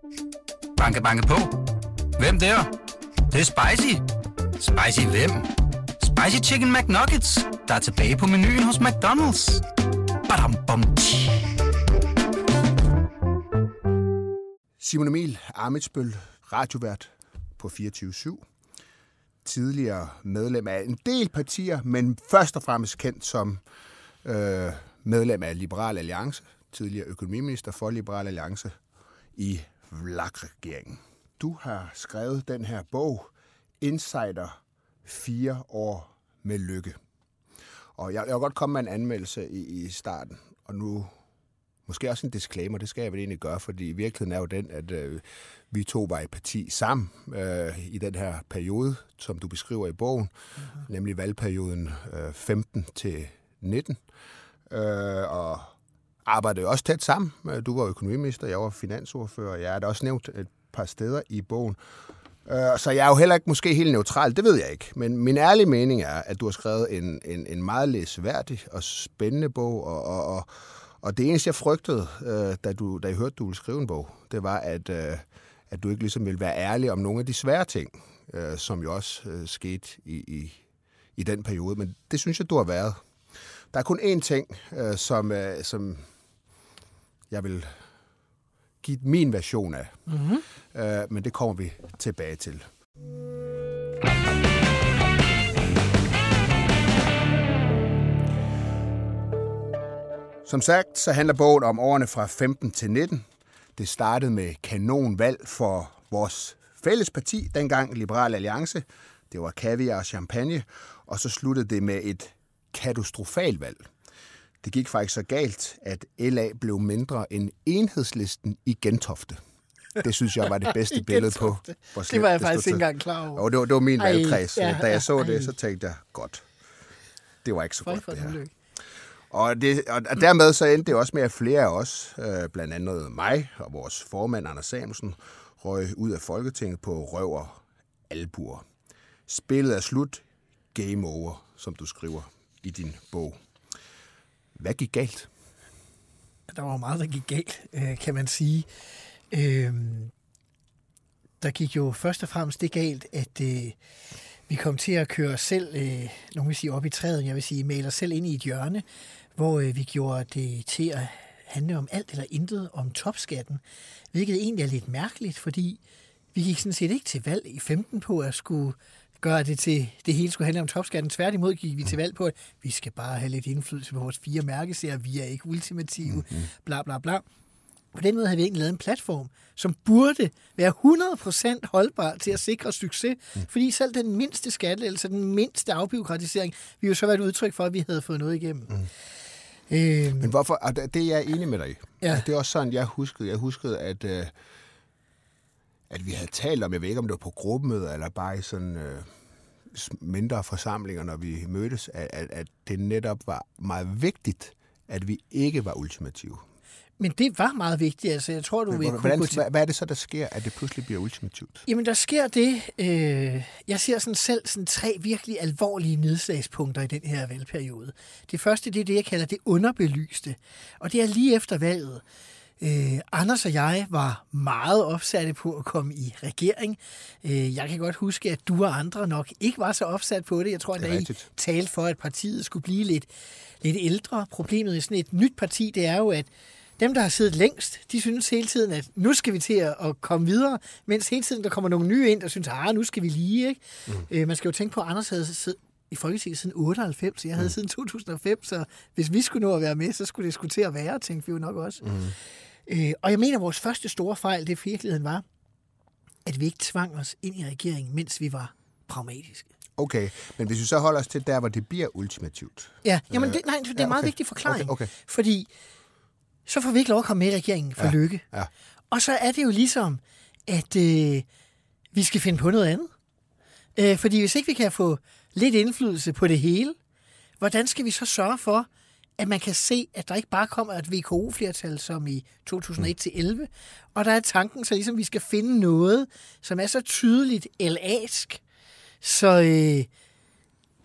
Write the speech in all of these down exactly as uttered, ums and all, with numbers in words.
Banke, banke på. Hvem der? Det, det er spicy. Spicy hvem? Spicy Chicken McNuggets, der er tilbage på menuen hos McDonald's. Badum, bom, Simon Emil Amitsbøl, radiovært på fireogtyve syv. Tidligere medlem af en del partier, men først og fremmest kendt som øh, medlem af Liberal Alliance. Tidligere økonomiminister for Liberal Alliance i V L A K-regeringen. Du har skrevet den her bog, Insider, fire år med lykke. Og jeg, jeg vil godt komme med en anmeldelse i, i starten, og nu måske også en disclaimer, det skal jeg vel egentlig gøre, fordi virkeligheden er jo den, at øh, vi to var i parti sammen øh, i den her periode, som du beskriver i bogen, uh-huh. nemlig valgperioden øh, femten til nitten, øh, og arbejdede også tæt sammen. Du var økonomiminister, jeg var finansordfører, og jeg er da også nævnt et par steder i bogen. Så jeg er jo heller ikke måske helt neutral, det ved jeg ikke. Men min ærlige mening er, at du har skrevet en, en, en meget læseværdig og spændende bog, og, og, og, og det eneste, jeg frygtede, da, du, da jeg hørte, du ville skrive en bog, det var, at, at du ikke ligesom ville være ærlig om nogle af de svære ting, som jo også skete i, i, i den periode. Men det synes jeg, du har været. Der er kun én ting, som, som jeg vil give min version af. Mm-hmm. Uh, men det kommer vi tilbage til. Som sagt, så handler bogen om årene fra femten til nitten. Det startede med kanonvalg for vores fælles parti, dengang Liberal Alliance. Det var kaviar og champagne. Og så sluttede det med et katastrofalt valg. Det gik faktisk så galt, at L A blev mindre end Enhedslisten i Gentofte. Det synes jeg var det bedste billede på. Det var jeg faktisk ikke engang klar over. Og det var, det var min valgkreds. Ja, da jeg så ej. det, så tænkte jeg, godt, det var ikke så godt det her. Og, det, og dermed så endte det også med, at flere af os, øh, blandt andet mig og vores formand, Anders Samuelsen, røg ud af Folketinget på røv og albuer. Spillet er slut. Game over, som du skriver i din bog. Hvad gik galt? Der var meget, der gik galt, kan man sige. Der gik jo først og fremmest det galt, at vi kom til at køre os selv, nogen vil sige op i træet, jeg vil sige, male os selv ind i et hjørne, hvor vi gjorde det til at handle om alt eller intet om topskatten, hvilket egentlig er lidt mærkeligt, fordi vi gik sådan set ikke til valg i femten på at skulle gøre det til, det hele skulle handle om topskatten. Tværtimod gik vi til valg på, at vi skal bare have lidt indflydelse på vores fire mærkesager, vi er ikke ultimative, mm-hmm. bla bla bla. På den måde havde vi egentlig lavet en platform, som burde være hundrede procent holdbar til at sikre succes, mm. fordi selv den mindste skattelettelse, den mindste afbureaukratisering, vi jo så været et udtryk for, at vi havde fået noget igennem. Mm. Øhm. Men hvorfor, og det er jeg enig med dig i. Ja. Det er også sådan, jeg huskede, jeg huskede, at øh, at vi havde talt om, jeg ved ikke, om det var på gruppemøder, eller bare i sådan øh, mindre forsamlinger, når vi mødtes, at, at, at det netop var meget vigtigt, at vi ikke var ultimative. Men det var meget vigtigt, altså jeg tror, du Men, vil hvordan, kunne... Hvordan, hvad er det så, der sker, at det pludselig bliver ultimativt? Jamen, der sker det, øh, jeg ser sådan selv sådan tre virkelig alvorlige nedslagspunkter i den her valgperiode. Det første, det er det, jeg kalder det underbelyste, og det er lige efter valget. Øh, Anders og jeg var meget opsatte på at komme i regering. Øh, jeg kan godt huske, at du og andre nok ikke var så opsat på det. Jeg tror, at I talte for, at partiet skulle blive lidt, lidt ældre. Problemet i sådan et nyt parti, det er jo, at dem, der har siddet længst, de synes hele tiden, at nu skal vi til at komme videre, mens hele tiden, der kommer nogle nye ind, der synes, at nu skal vi lige. Ikke? Mm. Øh, man skal jo tænke på, at Anders havde siddet i Folketinget siden otteoghalvfems, jeg havde mm. siden to tusind og fem, så hvis vi skulle nå at være med, så skulle det sgu til at være, tænkte vi jo nok også. Mm. Øh, og jeg mener, at vores første store fejl, det i virkeligheden var, at vi ikke tvang os ind i regeringen, mens vi var pragmatiske. Okay, men hvis vi så holder os til der, hvor det bliver ultimativt. Ja, jamen det, nej, det er en ja, okay. meget vigtig forklaring, okay, okay. fordi så får vi ikke lov at komme med i regeringen for ja, lykke. Ja. Og så er det jo ligesom, at øh, vi skal finde på noget andet. Øh, fordi hvis ikke vi kan få lidt indflydelse på det hele, hvordan skal vi så sørge for, at man kan se, at der ikke bare kommer et V K O-flertal som i to tusind og et til elleve, og der er tanken, så ligesom vi skal finde noget, som er så tydeligt L A'sk, så, øh,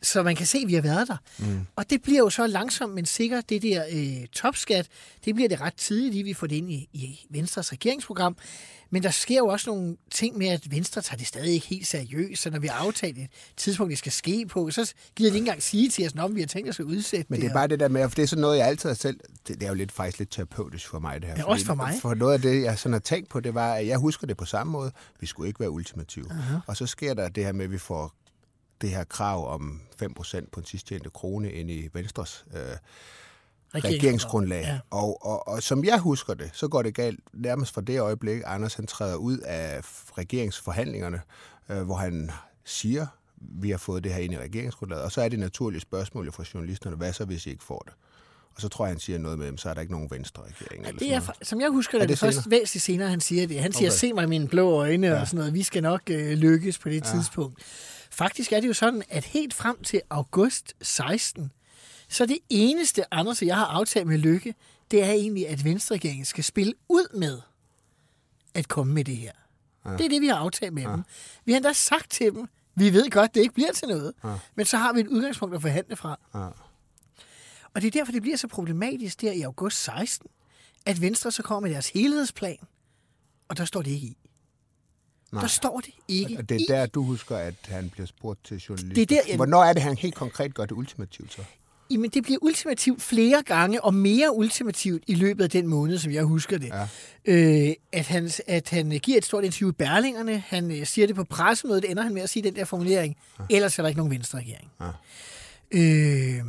så man kan se, at vi har været der. Mm. Og det bliver jo så langsomt, men sikkert, det der øh, topskat, det bliver det ret tidligt, lige vi får det ind i, i Venstres regeringsprogram. Men der sker jo også nogle ting med, at Venstre tager det stadig ikke helt seriøst, så når vi har aftalt et tidspunkt, det skal ske på, så gider de ikke engang sige til os, om vi har tænkt os at udsætte Men det er bare det der med, for det er sådan noget, jeg altid har selv, det, det er jo lidt faktisk lidt terapeutisk for mig det her. Ja, også for mig. For noget af det, jeg sådan har tænkt på, det var, at jeg husker det på samme måde, vi skulle ikke være ultimative. Uh-huh. Og så sker der det her med, at vi får det her krav om fem procent på en sidst tjente krone ind i Venstres øh, regeringsgrundlag. Ja. Og, og, og som jeg husker det, så går det galt nærmest fra det øjeblik, Anders han træder ud af regeringsforhandlingerne, øh, hvor han siger, vi har fået det her ind i regeringsgrundlaget. Og så er det naturlige spørgsmål fra journalisterne, hvad så, hvis I ikke får det? Og så tror jeg, han siger noget med dem, så er der ikke nogen venstre-regering. Ja, det er, som jeg husker det, er det, det først væsentligt senere, han siger det. Han siger, okay. Se mig i mine blå øjne ja. Og sådan noget. Vi skal nok øh, lykkes på det ja. Tidspunkt. Faktisk er det jo sådan, at helt frem til august seksten, så det eneste, Anders og jeg har aftalt med Løkke, det er egentlig, at Venstre-regeringen skal spille ud med at komme med det her. Ja. Det er det, vi har aftalt med ja. Dem. Vi har endda sagt til dem, vi ved godt, det ikke bliver til noget, ja. Men så har vi et udgangspunkt at forhandle fra. Ja. Og det er derfor, det bliver så problematisk der i august seksten, at Venstre så kommer med deres helhedsplan, og der står det ikke i. Nej. Der står det ikke i. Og det er der, du husker, at han bliver spurgt til journalister. Det er der, jeg... Hvornår er det, han helt konkret gør det ultimativt så? Jamen, det bliver ultimativt flere gange, og mere ultimativt i løbet af den måned, som jeg husker det. Ja. Øh, at, han, at han giver et stort interview i Berlingerne, han øh, siger det på pressemødet, ender han med at sige den der formulering, ja. Ellers er der ikke nogen Venstre-regering. Ja. Øh,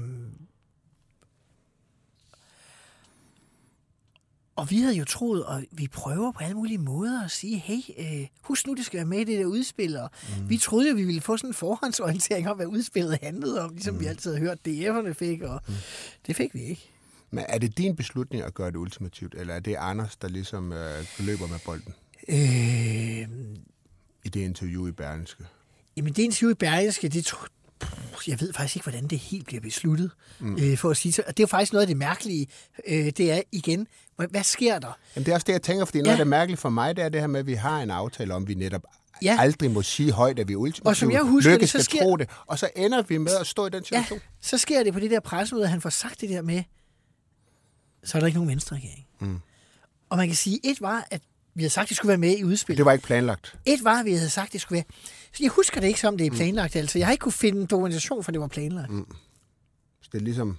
og vi havde jo troet, og vi prøver på alle mulige måder at sige, hey, øh, husk nu, det skal være med i det der udspil, og mm. vi troede jo, vi ville få sådan en forhåndsorientering om, hvad udspillet handlede om, ligesom mm. vi altid har hørt, D F'erne fik, og mm. det fik vi ikke. Men er det din beslutning at gøre det ultimativt, eller er det Anders, der ligesom øh, løber med bolden? Øh, I det interview i Berlingske? Jamen, det interview i Berlingske, det tror jeg ved faktisk ikke, hvordan det helt bliver besluttet, mm. øh, for at sige så. Og det er jo faktisk noget af det mærkelige. Øh, det er igen, hvad sker der? Jamen, det er også det, jeg tænker, fordi ja. Noget af det mærkelige for mig, det er det her med, at vi har en aftale om, vi netop ja. Aldrig må sige højt, at vi er ultimativt. Og som jeg husker Lykke det, så skal sker... tro det. Og så ender vi med at stå i den situation. Ja, så sker det på det der pressemøde, at han får sagt det der med, så er der ikke nogen Venstre-regering. Mm. Og man kan sige, et var, at vi havde sagt, at det skulle være med i udspillet. Det var ikke planlagt. Et var, at vi havde sagt, at det skulle være... Så jeg husker det ikke, som det er planlagt. Mm. Altså, jeg har ikke kunne finde dokumentation for, at det var planlagt. Mm. Så det er ligesom...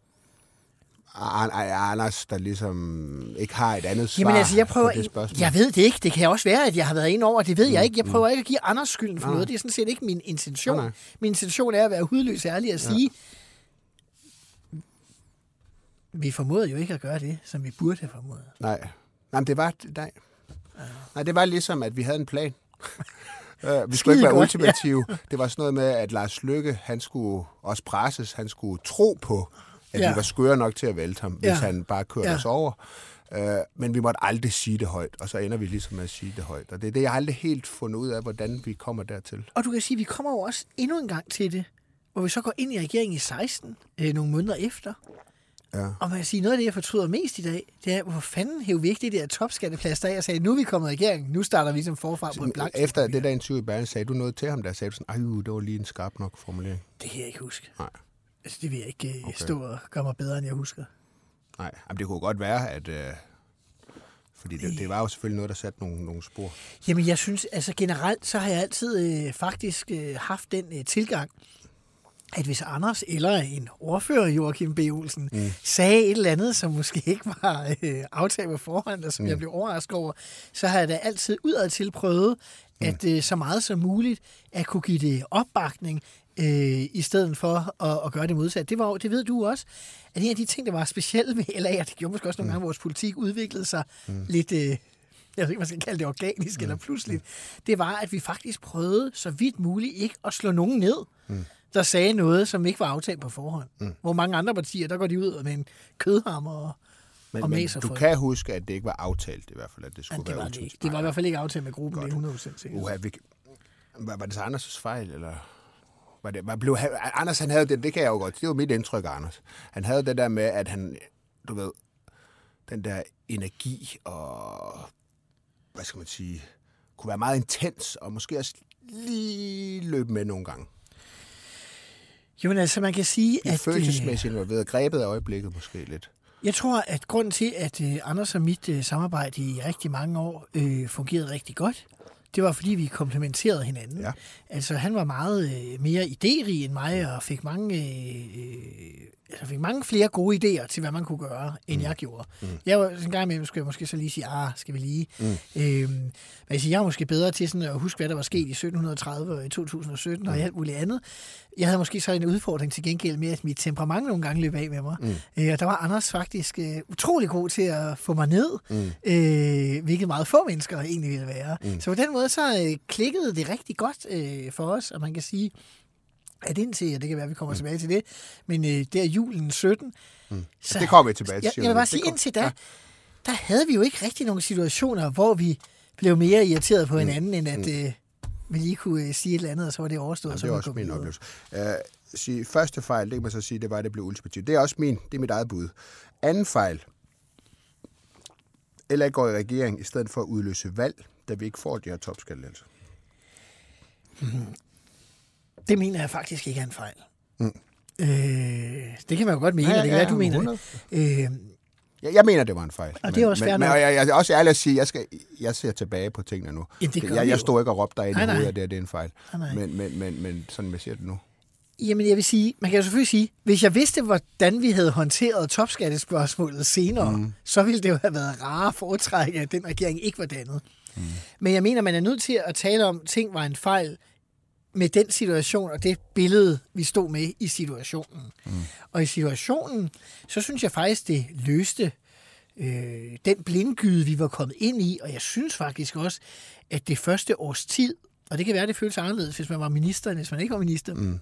Anders, der ligesom ikke har et andet svar. Jamen altså, jeg prøver... på det spørgsmål. Jeg ved det ikke. Det kan også være, at jeg har været inde over. Det ved mm. jeg ikke. Jeg prøver mm. ikke at give Anders skylden for nej. Noget. Det er sådan set ikke min intention. Nej, nej. Min intention er at være hudløs ærlig og sige... Ja. Vi formåede jo ikke at gøre det, som vi burde have formodet. Nej. Nej, det var... Nej. Nej, det var ligesom, at vi havde en plan. uh, vi skulle ikke være godt, ultimative. Ja. Det var sådan noget med, at Lars Løkke, han skulle også presses. Han skulle tro på, at ja. Vi var skøre nok til at vælte ham, hvis ja. Han bare kørte ja. Os over. Uh, men vi måtte aldrig sige det højt, og så ender vi ligesom med at sige det højt. Og det er det, jeg har aldrig helt fundet ud af, hvordan vi kommer dertil. Og du kan sige, at vi kommer jo også endnu en gang til det, hvor vi så går ind i regeringen i seksten, øh, nogle måneder efter. Ja. Og man kan sige, noget af det, jeg fortryder mest i dag, det er, hvor fanden hæv vi ikke det der topskatteplads der, og sagde, nu er vi kommet i regeringen, nu starter vi ligesom forfra på en blank. Efter det der interview i Berlin, sagde du noget til ham, der sagde du sådan, ej, det var lige en skarp nok formulering. Det kan jeg ikke huske. Nej. Altså, det vil jeg ikke okay. Stå og gøre mig bedre, end jeg husker. Nej, men det kunne godt være, at... Øh, fordi det, det var jo selvfølgelig noget, der satte nogle, nogle spor. Jamen, jeg synes, altså generelt, så har jeg altid øh, faktisk øh, haft den øh, tilgang, at hvis Anders eller en ordfører, Joachim B. Olsen, mm. sagde et eller andet, som måske ikke var øh, aftalt på forhånd, og som mm. jeg blev overrasket over, så har jeg da altid udadtil prøvet, at øh, så meget som muligt at kunne give det opbakning, øh, i stedet for at, at gøre det modsat. Det, var, det ved du også, at en af de ting, der var specielle med L A, og det gjorde måske også nogle mm. gange, vores politik udviklede sig mm. lidt... Øh, jeg ved ikke, man skal kalde det organisk mm. eller pludseligt, mm. det var, at vi faktisk prøvede så vidt muligt ikke at slå nogen ned, mm. der sagde noget, som ikke var aftalt på forhånd. Mm. Hvor mange andre partier, der går de ud med en kødhammer og, men, og maser men du for kan huske, at det ikke var aftalt i hvert fald, at det skulle ja, det være var det ikke. Det var i hvert fald ikke aftalt med gruppen, det er hundrede procent sikkert. Uha, vi, var, var det så Anders' fejl, eller... Var det, var blev, Anders, han havde det, det kan jeg jo godt, det var mit indtryk af Anders. Han havde det der med, at han, du ved, den der energi og, hvad skal man sige, kunne være meget intens, og måske også lige løbe med nogle gange. Jo, men altså, man kan sige, I er at... følelsesmæssigt involveret, grebet af øjeblikket måske lidt. Jeg tror, at grunden til, at øh, Anders og mit øh, samarbejde i rigtig mange år øh, fungerede rigtig godt, det var, fordi vi komplementerede hinanden. Ja. Altså, han var meget øh, mere idérig end mig, og fik mange, øh, altså, fik mange flere gode idéer til, hvad man kunne gøre, end mm. jeg gjorde. Mm. Jeg var en gang imellem, skulle jeg måske så lige sige, ah, skal vi lige... Mm. Øh, altså, jeg var måske bedre til sådan at huske, hvad der var sket i sytten tredive og i to tusind og sytten mm. og alt muligt andet. Jeg havde måske så en udfordring til gengæld med, at mit temperament nogle gange løb af med mig. Mm. Øh, og der var Anders faktisk øh, utrolig god til at få mig ned, mm. øh, hvilket meget få mennesker egentlig ville være. Mm. Så på den måde så øh, klikkede det rigtig godt øh, for os, og man kan sige, at indtil, og det kan være, at vi kommer mm. tilbage til det, men øh, der julen sytten... Mm. Så, det kommer vi tilbage til. Jeg, jeg vil bare sige, indtil da, ja. der havde vi jo ikke rigtig nogle situationer, hvor vi blev mere irriteret på hinanden, mm. end at... Øh, vi lige kunne sige et eller andet, og så var det overstået. Ja, det er også min oplevelse. Uh, sige, første fejl, det kan man så sige, det var, at det blev ultimativt. Det er også min, det er mit eget bud. Anden fejl, eller går i regering, i stedet for at udløse valg, da vi ikke får de her topskattelettelser. Mm. Det mener jeg faktisk ikke er en fejl. Mm. Øh, det kan man jo godt mene, ja, ja, det er hvad du mener. Øh, Jeg, jeg mener, det var en fejl. Og det er også men, men, og jeg, jeg er også ærlig at sige, jeg, skal, jeg ser tilbage på tingene nu. Jamen, det jeg, jeg stod ikke og råbte dig ind i hovedet, at det, det er en fejl. Nej, men, men, men, men sådan, hvad siger du nu? Jamen, jeg vil sige, man kan jo selvfølgelig sige, hvis jeg vidste, hvordan vi havde håndteret topskattespørgsmålet senere, mm. så ville det jo have været rare foretræk, at den regering ikke var dannet. Mm. Men jeg mener, man er nødt til at tale om, at ting var en fejl med den situation og det billede, vi stod med i situationen. Mm. Og i situationen, så synes jeg faktisk, det løste øh, den blindgyde, vi var kommet ind i, og jeg synes faktisk også, at det første års tid, og det kan være, det føles anderledes, hvis man var minister, end hvis man ikke var minister. Mm.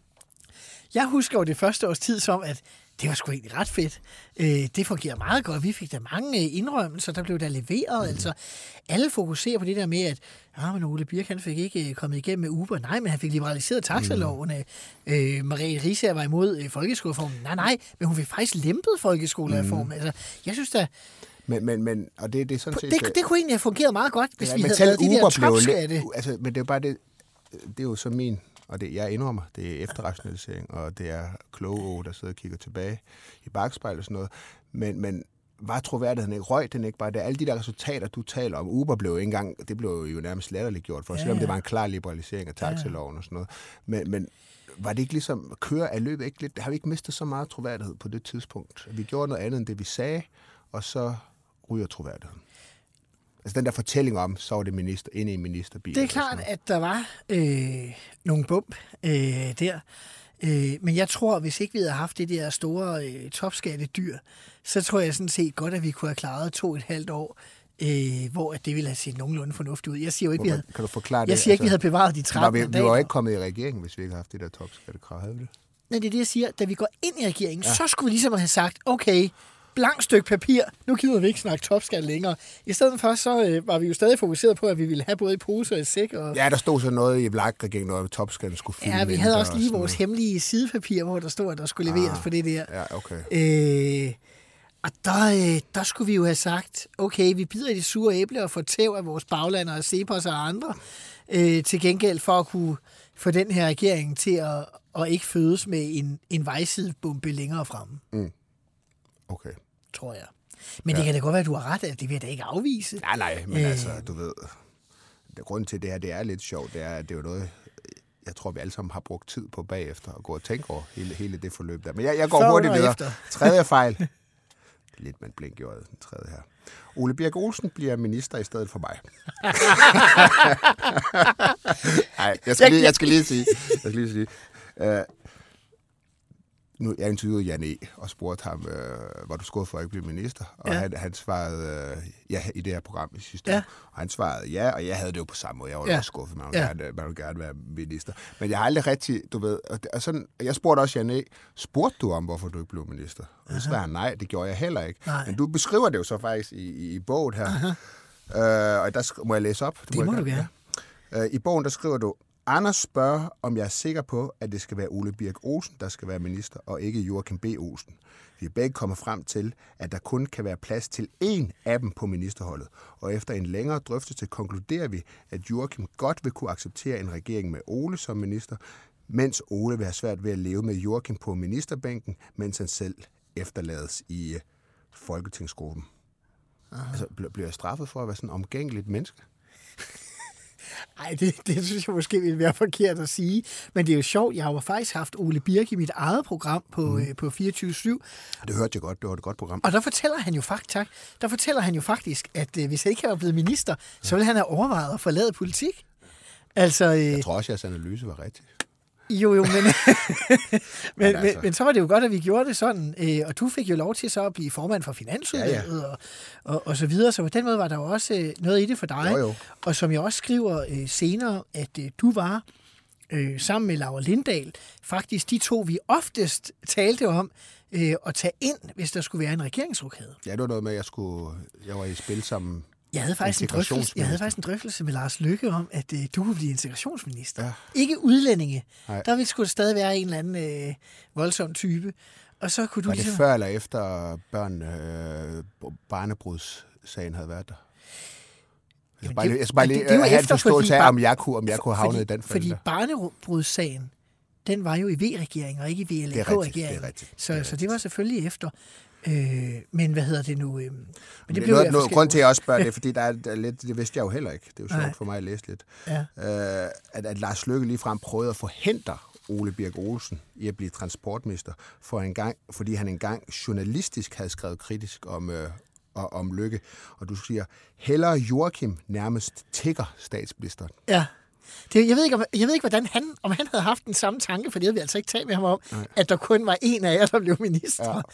Jeg husker jo det første års tid som, at det var sgu egentlig ret fedt. Øh, det fungerede meget godt. Vi fik da mange indrømmelser, der blev der leveret. Mm. Altså, alle fokuserer på det der med, at ja, men Ole Birk, han fik ikke kommet igennem med Uber. Nej, men han fik liberaliseret taxalovene. Mm. Øh, Marie Riisager var imod øh, folkeskolereformen. Nej, nej, men hun fik faktisk lempet folkeskolereformen. Mm. Altså, jeg synes da... Men, men, men, og det, det er sådan set... Det, det kunne egentlig have fungeret meget godt, hvis ja, vi havde lavet de der topskatte. Altså, men det er bare det... Det er jo så min... Og det, jeg indrømmer, det er efterrationalisering, og det er kloge, der sidder og kigger tilbage i bakspejl og sådan noget. Men, men var troværdigheden ikke? Røg den ikke bare? Det er alle de der resultater, du taler om. Uber blev ikke engang, det blev jo nærmest latterligt gjort for, ja, selvom ja. det var en klar liberalisering af taxiloven og sådan noget. Men, men var det ikke ligesom, køre af løbet ikke lidt? Har vi ikke mistet så meget troværdighed på det tidspunkt? Vi gjorde noget andet end det, vi sagde, og så ryger troværdigheden. Altså den der fortælling om, så var det minister, inde i en ministerbil. Det er klart, at der var øh, nogle bump øh, der. Øh, men jeg tror, hvis ikke vi havde haft det der store øh, topskattedyr, så tror jeg sådan set godt, at vi kunne have klaret to og et halvt år, øh, hvor at det ville have set nogenlunde fornuftigt ud. Jeg siger jo ikke, vi havde, kan du forklare det? Jeg siger ikke, altså, vi havde bevaret de tretten vi, mandater. Vi var ikke kommet i regeringen, hvis vi ikke havde haft det der topskattekrav, havde vi det? Nej, det er det, jeg siger. Da vi går ind i regeringen, ja. så skulle vi ligesom have sagt, okay, blankt stykke papir, nu gider vi ikke snakke topskat længere. I stedet for, så øh, var vi jo stadig fokuseret på, at vi ville have både i pose og i sæk. Og... Ja, der stod så noget i V L A K-regeringen, når topskatten skulle fylde. Ja, vi havde også lige vores hemmelige sidepapir, hvor der stod, at der skulle leveres ah, på det der. Ja, okay. Øh, og der, øh, der skulle vi jo have sagt, okay, vi bider i de sure æble og får tæv af vores baglander og Cepos og andre, øh, til gengæld for at kunne få den her regering til at, at ikke fødes med en, en vejsidebombe længere fremme. Mm. Okay. Tror jeg. Men ja. Det kan da godt være, at du har ret, at det vil jeg da ikke afvise. Nej, nej, men øh... altså, du ved, det grunden til det her, det er lidt sjovt, det er, at det er jo noget, jeg tror, vi alle sammen har brugt tid på bagefter at gå og tænke over hele, hele det forløb der. Men jeg, jeg går hurtigt videre. Efter. Tredje fejl. Lidt med en blink i øjet, den tredje her. Ole Birk Olesen bliver minister i stedet for mig. Nej, jeg skal lige, jeg skal lige sige, jeg skal lige sige, uh, nu, jeg interviewede Jan E. og spurgte ham, øh, var du skuffet for at ikke blive minister? Og ja. han, han svarede øh, ja i det her program i sidste ja. år. Og han svarede ja, og jeg havde det jo på samme måde. Jeg var ja. også skuffet, man ville, ja. gerne, man ville gerne være minister. Men jeg har aldrig rigtig, du ved, og, og sådan, jeg spurgte også Jan E., spurgte du om, hvorfor du ikke blev minister? Og så svarede han nej, det gjorde jeg heller ikke. Nej. Men du beskriver det jo så faktisk i, i, i bogen her. Øh, og der sk- må jeg læse op? Du det må, må du gerne. Ja. Øh, I bogen, der skriver du, Anders spørger, om jeg er sikker på, at det skal være Ole Birk Olesen, der skal være minister, og ikke Joachim B. Olsen. Vi er begge kommet frem til, at der kun kan være plads til én af dem på ministerholdet. Og efter en længere drøftelse konkluderer vi, at Joachim godt vil kunne acceptere en regering med Ole som minister, mens Ole vil have svært ved at leve med Joachim på ministerbænken, mens han selv efterlades i uh, folketingsgruppen. Altså, bliver jeg straffet for at være sådan en omgængeligt menneske? Nej, det, det synes jeg måske ville være forkert at sige. Men det er jo sjovt. Jeg har jo faktisk haft Ole Birk i mit eget program på, mm. øh, på fireogtyve syv. Det hørte jeg godt. Det var et godt program. Og der fortæller han jo faktisk, tak, der fortæller han jo faktisk, at øh, hvis han ikke var blevet minister, så ville han have overvejet at forlade politik. Altså, øh, jeg tror også, at jeres analyse var rigtig. Jo, jo, men, men, men, altså. men, men så var det jo godt, at vi gjorde det sådan, øh, og du fik jo lov til så at blive formand for Finansudvalget, ja, ja. Og, og, og så videre, så på den måde var der jo også øh, noget i det for dig, jo, jo. Og som jeg også skriver øh, senere, at øh, du var øh, sammen med Laura Lindahl, faktisk de to, vi oftest talte om øh, at tage ind, hvis der skulle være en regeringsrokade. Ja, det var noget med, at jeg, skulle, jeg var i spil sammen. Jeg havde, faktisk en drøftelse, jeg havde faktisk en drøftelse med Lars Løkke om, at øh, du kunne blive integrationsminister. Ja. Ikke udlændinge. Nej. Der ville sgu stadig være en eller anden øh, voldsom type. Og så kunne du var ligesom... det før eller efter børn, øh, barnebrudssagen havde været der? Jeg skal bare, jeg skal bare lige have en forståelse af, om jeg kunne, om jeg kunne have havnet i den fordi, fordi barnebrudssagen, den var jo i V-regeringen, og ikke i V L A K-regeringen. Så, det så det var selvfølgelig efter... Øh, men hvad hedder det nu? Øh, men det, det blev noget, noget grund til, at jeg også spørger det, fordi der er, der er lidt, det vidste jeg jo heller ikke. Det er jo sjovt Nej. for mig at læse lidt. Ja. Øh, at, at Lars Løkke ligefrem prøvede at forhindre Ole Birk Olesen i at blive transportminister, for en gang, fordi han engang journalistisk havde skrevet kritisk om, øh, om Løkke. Og du siger, hellere Joachim nærmest tigger statsministeren. Ja. Det, jeg, ved ikke, om, jeg ved ikke, hvordan han, om han havde haft den samme tanke, for det havde vi altså ikke talt med ham om, Nej. at der kun var en af jer, der blev minister. Ja.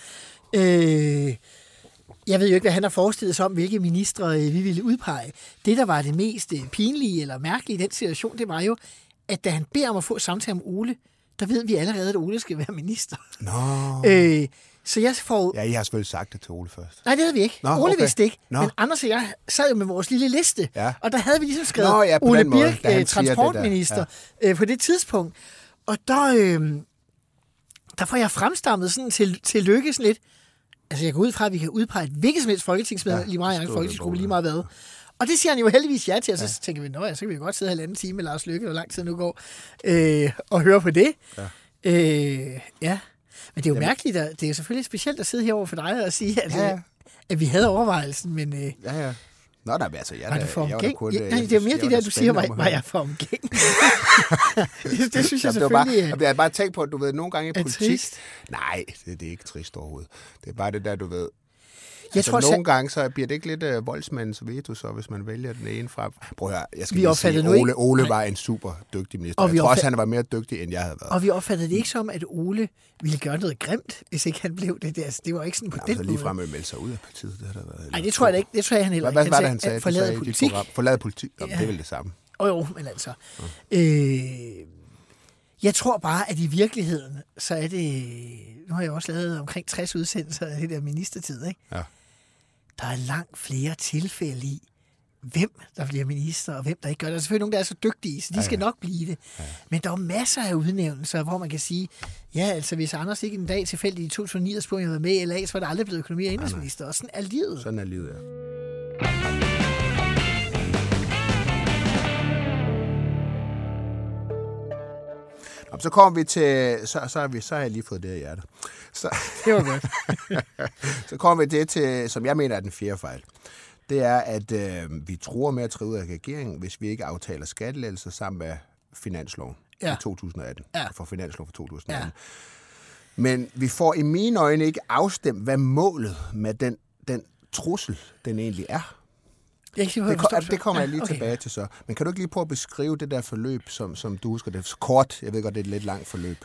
Øh, jeg ved jo ikke, hvad han har forestillet sig om, hvilke ministre vi ville udpege. Det, der var det mest pinlige eller mærkelige i den situation, det var jo, at da han beder om at få samtale med Ole, der ved vi allerede, at Ole skal være minister. Nå. Øh, så jeg får... Ja, I har selvfølgelig sagt det til Ole først. Nej, det havde vi ikke. Nå, Ole okay. vidste ikke. Nå. Men Anders og jeg sad jo med vores lille liste, ja. og der havde vi ligesom skrevet Nå, ja, Ole Birk, øh, transportminister, det ja. øh, på det tidspunkt. Og der, øh, der får jeg fremstammet sådan til, til Løkke sådan lidt. Altså, jeg går ud fra, at vi kan udpege et hvilket som helst folketingsmedlem, ja, lige meget i folketingsgruppe, lige meget hvad. Og det siger han jo heldigvis ja til, og så ja. tænker vi, nå ja, så kan vi godt sidde halvanden time med Lars Løkke, hvor lang tid nu går, øh, og høre på det. Ja. Øh, ja. Men det er jo Jamen. mærkeligt, at det er selvfølgelig specielt at sidde herovre for dig og sige, at, ja. at vi havde overvejelsen, men... Øh, ja, ja. Nå, der er altså, jeg, var det for jeg, jeg, kun, ja, nej, det er jo mere det der, du siger, var, var jeg for omgængelig. det, det synes jeg Jamen, selvfølgelig... Bare, jeg har bare tænkt på, at du ved, nogle gange i politik... Trist. Nej, det, det er ikke trist overhovedet. Det er bare det der, du ved... Jeg altså, tror, nogle så... gange så bliver det ikke lidt uh, voldsmandens veto, så hvis man vælger den ene fra... Prøv at høre, jeg skal vi lige sige, Ole, ikke... Ole var en super dygtig minister. Og jeg tror opfat... også, han var mere dygtig, end jeg havde været. Og vi opfattede det ikke som, at Ole ville gøre noget grimt, hvis ikke han blev det. Altså, det var ikke sådan på Nå, den så måde. lige frem med at melde sig ud af partiet. Det Nej, det tror jeg ikke. Det tror jeg, han heller ikke. Hvad var det, han sagde? Forlade politik. Forlade politik. Jamen, ja. Det er vel det samme. Og jo, men altså... Ja. Øh... Jeg tror bare, at i virkeligheden, så er det... Nu har jeg også lavet omkring tres udsendelser af det der ministertid, ikke? Ja. Der er langt flere tilfælde i, hvem der bliver minister, og hvem der ikke gør det. Der er selvfølgelig nogen, der er så dygtige, så de ja, ja. skal nok blive det. Ja. Men der er masser af udnævnelser, hvor man kan sige, ja, altså hvis Anders ikke en dag tilfældigt i to tusind og ni spurgte, jeg havde med i L A, så var der aldrig blevet økonomi- og indrigsminister, og sådan er livet. Sådan er livet, ja. Nå, så kommer vi til, så, så, har vi, så har jeg lige fået det i hjertet. Så, det var godt. Så kommer vi det til, som jeg mener er den fjerde fejl. Det er, at øh, vi tror med at træde ud af regeringen, hvis vi ikke aftaler skattelettelser sammen med finansloven ja. i to tusind og atten. Ja. For finansloven for to tusind og atten. Ja. Men vi får i mine øjne ikke afstemt, hvad målet med den, den trussel, den egentlig er. Jeg det, kom, det kommer jeg lige okay. tilbage til så. Men kan du ikke lige prøve at beskrive det der forløb, som, som du husker det? Kort, jeg ved godt, det er et lidt langt forløb.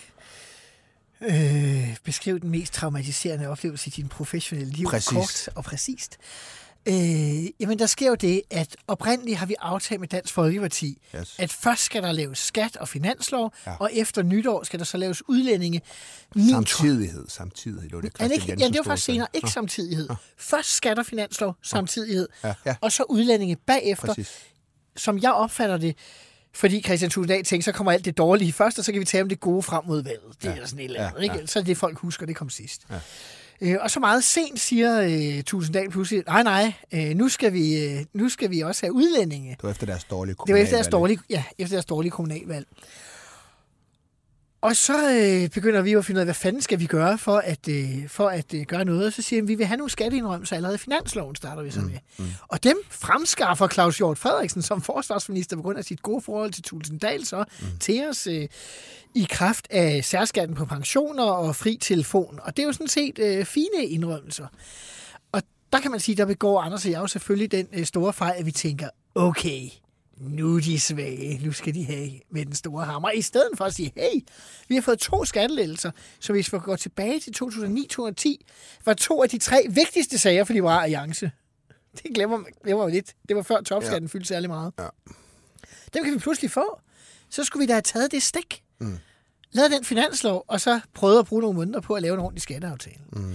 øh, beskriv den mest traumatiserende oplevelse i din professionelle liv. Præcis. Kort og præcist. Øh, jamen, der sker jo det, at oprindeligt har vi aftalt med Dansk Folkeparti, yes. at først skal der laves skat og finanslov, ja. og efter nytår skal der så laves udlændinge. Min samtidighed, samtidighed. Det var det, ikke, ja, det var faktisk senere, ikke ja. samtidighed. Ja. Først skat og finanslov, samtidighed, ja. Ja. og så udlændinge bagefter, Præcis. som jeg opfatter det, fordi Kristian Thulesen Dahl tænkte, så kommer alt det dårlige først, og så kan vi tale om det gode frem mod valget. Det ja. er sådan et eller andet, ja. ikke? Så er det, folk husker, det kom sidst. Ja. Øh, og så meget sent siger øh, Thulesen Dahl pludselig, nej, nej, øh, nu, skal vi, øh, nu skal vi også have udlændinge. Det var efter deres dårlige kommunalvalg. Det var efter deres dårlige, ja, efter deres dårlige kommunalvalg. Og så øh, begynder vi jo at finde ud af, hvad fanden skal vi gøre for at, øh, for at øh, gøre noget. Og så siger vi, at vi vil have nogle skatteindrømmelser allerede i finansloven, starter vi så med. Mm, mm. Og dem fremskaffer Claus Hjort Frederiksen som forsvarsminister på grund af sit gode forhold til Thulesen Dahl så mm. til os øh, i kraft af særskatten på pensioner og fri telefon. Og det er jo sådan set øh, fine indrømmelser. Og der kan man sige, der begår Anders og jeg jo selvfølgelig den øh, store fejl, at vi tænker, okay, nu er de svage, nu skal de have med den store hammer. I stedet for at sige, hey, vi har fået to skattelettelser, så hvis vi går tilbage til to tusind og ni til to tusind og ti, var to af de tre vigtigste sager for Liberal Alliance. Det glemmer man glemmer lidt. Det var før topskatten ja. fyldte særlig meget. Ja. Dem kan vi pludselig få. Så skulle vi da have taget det stik. Mm. Lavet den finanslov, og så prøvet at bruge nogle måneder på at lave en ordentlig skatteaftale. Mm.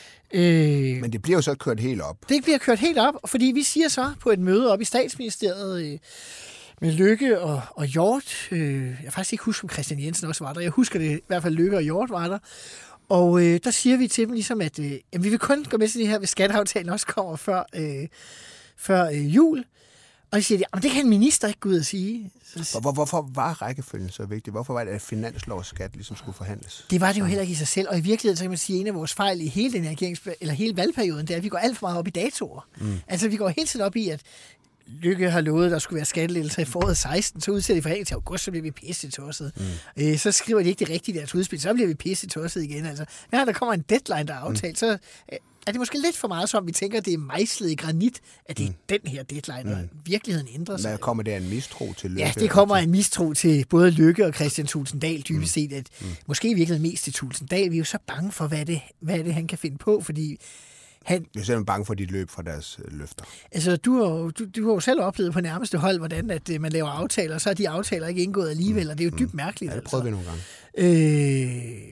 Øh, Men det bliver jo så kørt helt op. Det bliver kørt helt op, fordi vi siger så på et møde op i Statsministeriet øh, med Løkke og, og Hjort. Øh, jeg kan faktisk ikke huske, om Christian Jensen også var der. Jeg husker det i hvert fald, Løkke og Hjort var der. Og øh, der siger vi til dem ligesom, at øh, jamen, vi vil kun gå med til det her, hvis skatteaftalen også kommer før, øh, før øh, jul. Og så siger de, at det kan en minister ikke gå ud og sige. Så, Hvor, hvorfor var rækkefølgen så vigtig? Hvorfor var det, at finanslov og skat ligesom skulle forhandles? Det var det jo heller ikke i sig selv. Og i virkeligheden, så kan man sige, at en af vores fejl i hele den her eller hele valgperioden, det er, at vi går alt for meget op i datoer. Mm. Altså, vi går hele tiden op i, at Løkke har lovet, at der skulle være skattelettelser i foråret seksten, så udsætter de forhandling til august, så bliver vi pissetosset. Mm. Øh, så skriver de ikke det rigtige deres udspil, så bliver vi pissetosset igen. Altså, ja, der kommer en deadline, der er aftalt, mm. så øh, er det måske lidt for meget, som vi tænker, at det er mejslet i granit, at det er mm. den her deadline, og mm. virkeligheden ændrer sig. Men kommer der en mistro til Løkke? Ja, det kommer en mistro til både Løkke og Christian Thulesen Dahl, dybest set, at mm. måske i virkeligheden mest til Thulesen Dahl. Vi er jo så bange for, hvad det, hvad det han kan finde på, fordi han, jeg er simpelthen bange for dit løb fra deres løfter. Altså, du har, du, du har jo selv oplevet på nærmeste hold, hvordan at, man laver aftaler, og så er de aftaler ikke indgået alligevel, mm. og det er jo dybt mærkeligt. Ja, det prøvede altså. vi nogle gange. Øh,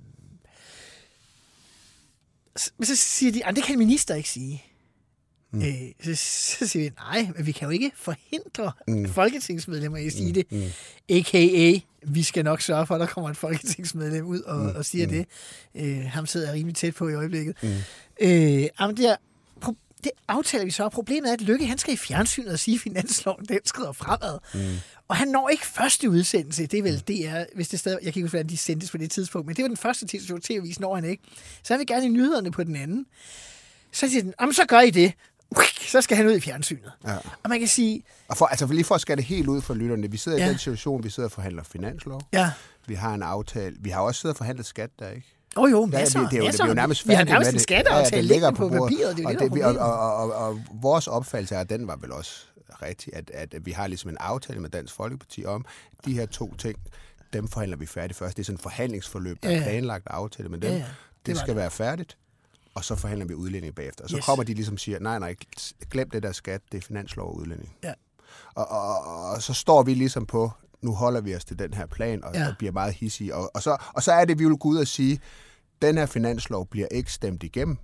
men så siger de, at det kan en minister ikke sige. Mm. Øh, så, så siger vi, nej, men vi kan jo ikke forhindre mm. folketingsmedlemmer i at sige mm. det. Mm. A K A, vi skal nok sørge for, at der kommer et folketingsmedlem ud og, mm. og siger mm. det. Øh, ham sidder jeg rimelig tæt på i øjeblikket. Mm. Øh, jamen det, er, det aftaler vi så. Problemet er, at Løkke, han skal i fjernsynet og sige, at finansloven, den skrider fremad. Mm. Og han når ikke første udsendelse. Det er vel det er, hvis det stadig, jeg kan ikke huske, hvordan de sendtes på det tidspunkt, men det var den første T V-vis, når han ikke. Så han vil gerne i nyhederne på den anden. Så siger den, jamen så gør I det. Så skal han ud i fjernsynet. Ja. Og man kan sige... Og for, altså lige for at skære det helt ud for lytterne. Vi sidder ja. i den situation, vi sidder og forhandler finanslov. Ja. Vi har en aftale. Vi har også siddet og forhandlet skat der, ikke? Åh oh, jo, masser. Ja, det, det, er jo, det er jo nærmest vi har nærmest en skatteaftale ja, ligger på, på papiret. Det er og, det, det, og, og, og, og, og vores opfattelse er, den var vel også rigtig, at, at vi har ligesom en aftale med Dansk Folkeparti om, de her to ting, dem forhandler vi færdigt først. Det er sådan et forhandlingsforløb, der ja. er planlagt aftale med dem. Ja, ja. Det, det skal det. være færdigt. Og så forhandler vi udlænding bagefter. Og så yes. kommer de ligesom og siger, nej, nej, glem det der skat, det er finanslov og udlænding. Ja. Og, og, og, og så står vi ligesom på, nu holder vi os til den her plan, og, ja. og bliver meget hissige. Og, og, så, og så er det, vi vil gå ud og sige, den her finanslov bliver ikke stemt igennem,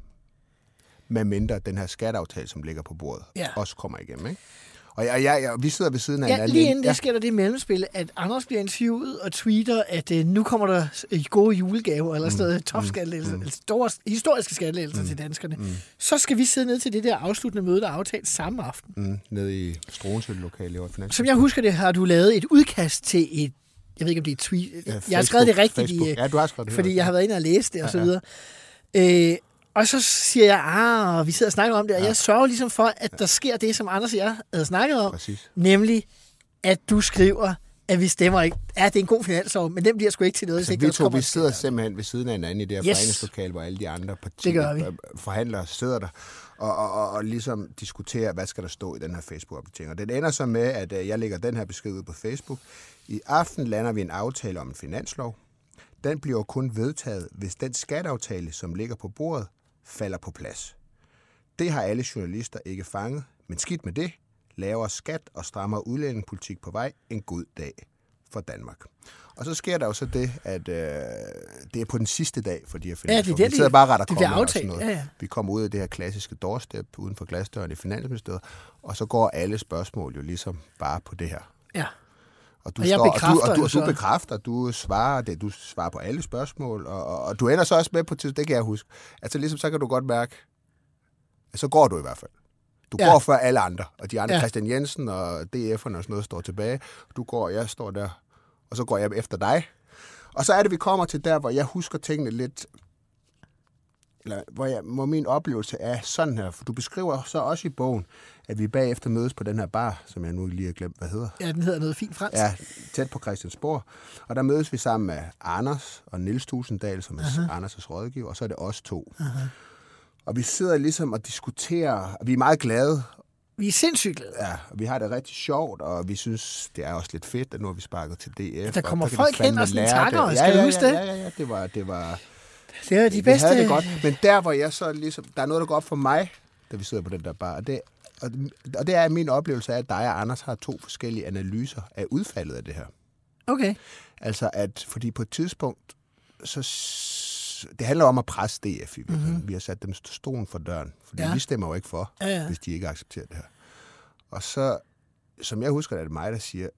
medmindre den her skatteaftale, som ligger på bordet, ja. også kommer igennem, ikke? Og jeg, jeg, jeg, vi sidder ved siden af ja, en anden... lige inden ja. det sker der det mellemspil, at Anders bliver interviewet og tweeter, at uh, nu kommer der gode julegaver, eller sådan noget, mm. topskattelettelser, mm. store, historiske skattelettelser mm. til danskerne. Mm. Så skal vi sidde ned til det der afsluttende møde, der er aftalt samme aften. Mm. Nede i Struensø-lokalet i Finansministeriet. Som jeg husker det, har du lavet et udkast til et... Jeg ved ikke, om det er et tweet. Ja, Facebook, jeg har skrevet det rigtigt, i, ja, du har skrevet det fordi jeg har været inde og læst det, og ja, så videre. Ja. Øh, Og så siger jeg, ah, vi sidder og snakker om det, og ja. jeg sørger ligesom for, at der sker det, som Anders og jeg havde snakket om. Præcis. Nemlig, at du skriver, at vi stemmer ikke. Ja, det er en god finanslov, men den bliver sgu ikke til noget. Altså, vi to, vi sidder simpelthen ved siden af hinanden i det her yes. forhandlingslokale, hvor alle de andre partier, forhandlere sidder der, og, og, og, og ligesom diskuterer, hvad skal der stå i den her Facebook-opdatering. Og den ender så med, at jeg lægger den her besked ud på Facebook. I aften lander vi en aftale om en finanslov. Den bliver kun vedtaget, hvis den skatteaftale, som ligger på bordet, falder på plads. Det har alle journalister ikke fanget, men skidt med det, laver skat og strammer udlændingepolitik på vej en god dag for Danmark. Og så sker der jo så det, at øh, det er på den sidste dag for de her finanslov. Ja, vi sidder bare ret og kommer og sådan noget. Ja, ja. Vi kommer ud af det her klassiske doorstep uden for glasdøren i Finansministeriet, og så går alle spørgsmål jo ligesom bare på det her. Ja. Og du, og står, og du, og du, og du bekræfter, du svarer det, du svarer på alle spørgsmål, og, og, og du ender så også med på det, det kan jeg huske. Altså ligesom så kan du godt mærke, at så går du i hvert fald. Du ja. går før alle andre, og de andre, ja. Christian Jensen og D F'erne og sådan noget, står tilbage. Du går, jeg står der, og så går jeg efter dig. Og så er det, vi kommer til der, hvor jeg husker tingene lidt, eller hvor, jeg, hvor min oplevelse er sådan her. For du beskriver så også i bogen, at vi bagefter mødes på den her bar, som jeg nu lige har glemt, hvad hedder. Ja, den hedder noget fint fransk. Ja, tæt på Christiansborg. Og der mødes vi sammen med Anders og Niels Tusinddal, som er uh-huh. Anders' rådgiver, og så er det os to. Uh-huh. Og vi sidder ligesom og diskuterer, og vi er meget glade. Vi er sindssygt glade. Ja, og vi har det rigtig sjovt, og vi synes, det er også lidt fedt, at nu har vi sparket til D F. Der kommer og folk hen og sådan takker os, skal ja, du ja, huske det? Ja, ja, ja, det var... Det var det var de bedste. Vi havde det godt, men der hvor jeg så ligesom... Der er noget, der går op for mig, da vi sidder på den der bar, og det, og, og det er min oplevelse af, at dig og Anders har to forskellige analyser af udfaldet af det her. Okay. Altså at, fordi på et tidspunkt, så... Det handler om at presse D F i virkeligheden. Mm-hmm. Vi har sat dem stolen for døren, fordi ja. vi stemmer jo ikke for, ja, ja. hvis de ikke accepterer det her. Og så, som jeg husker, er det mig, der siger,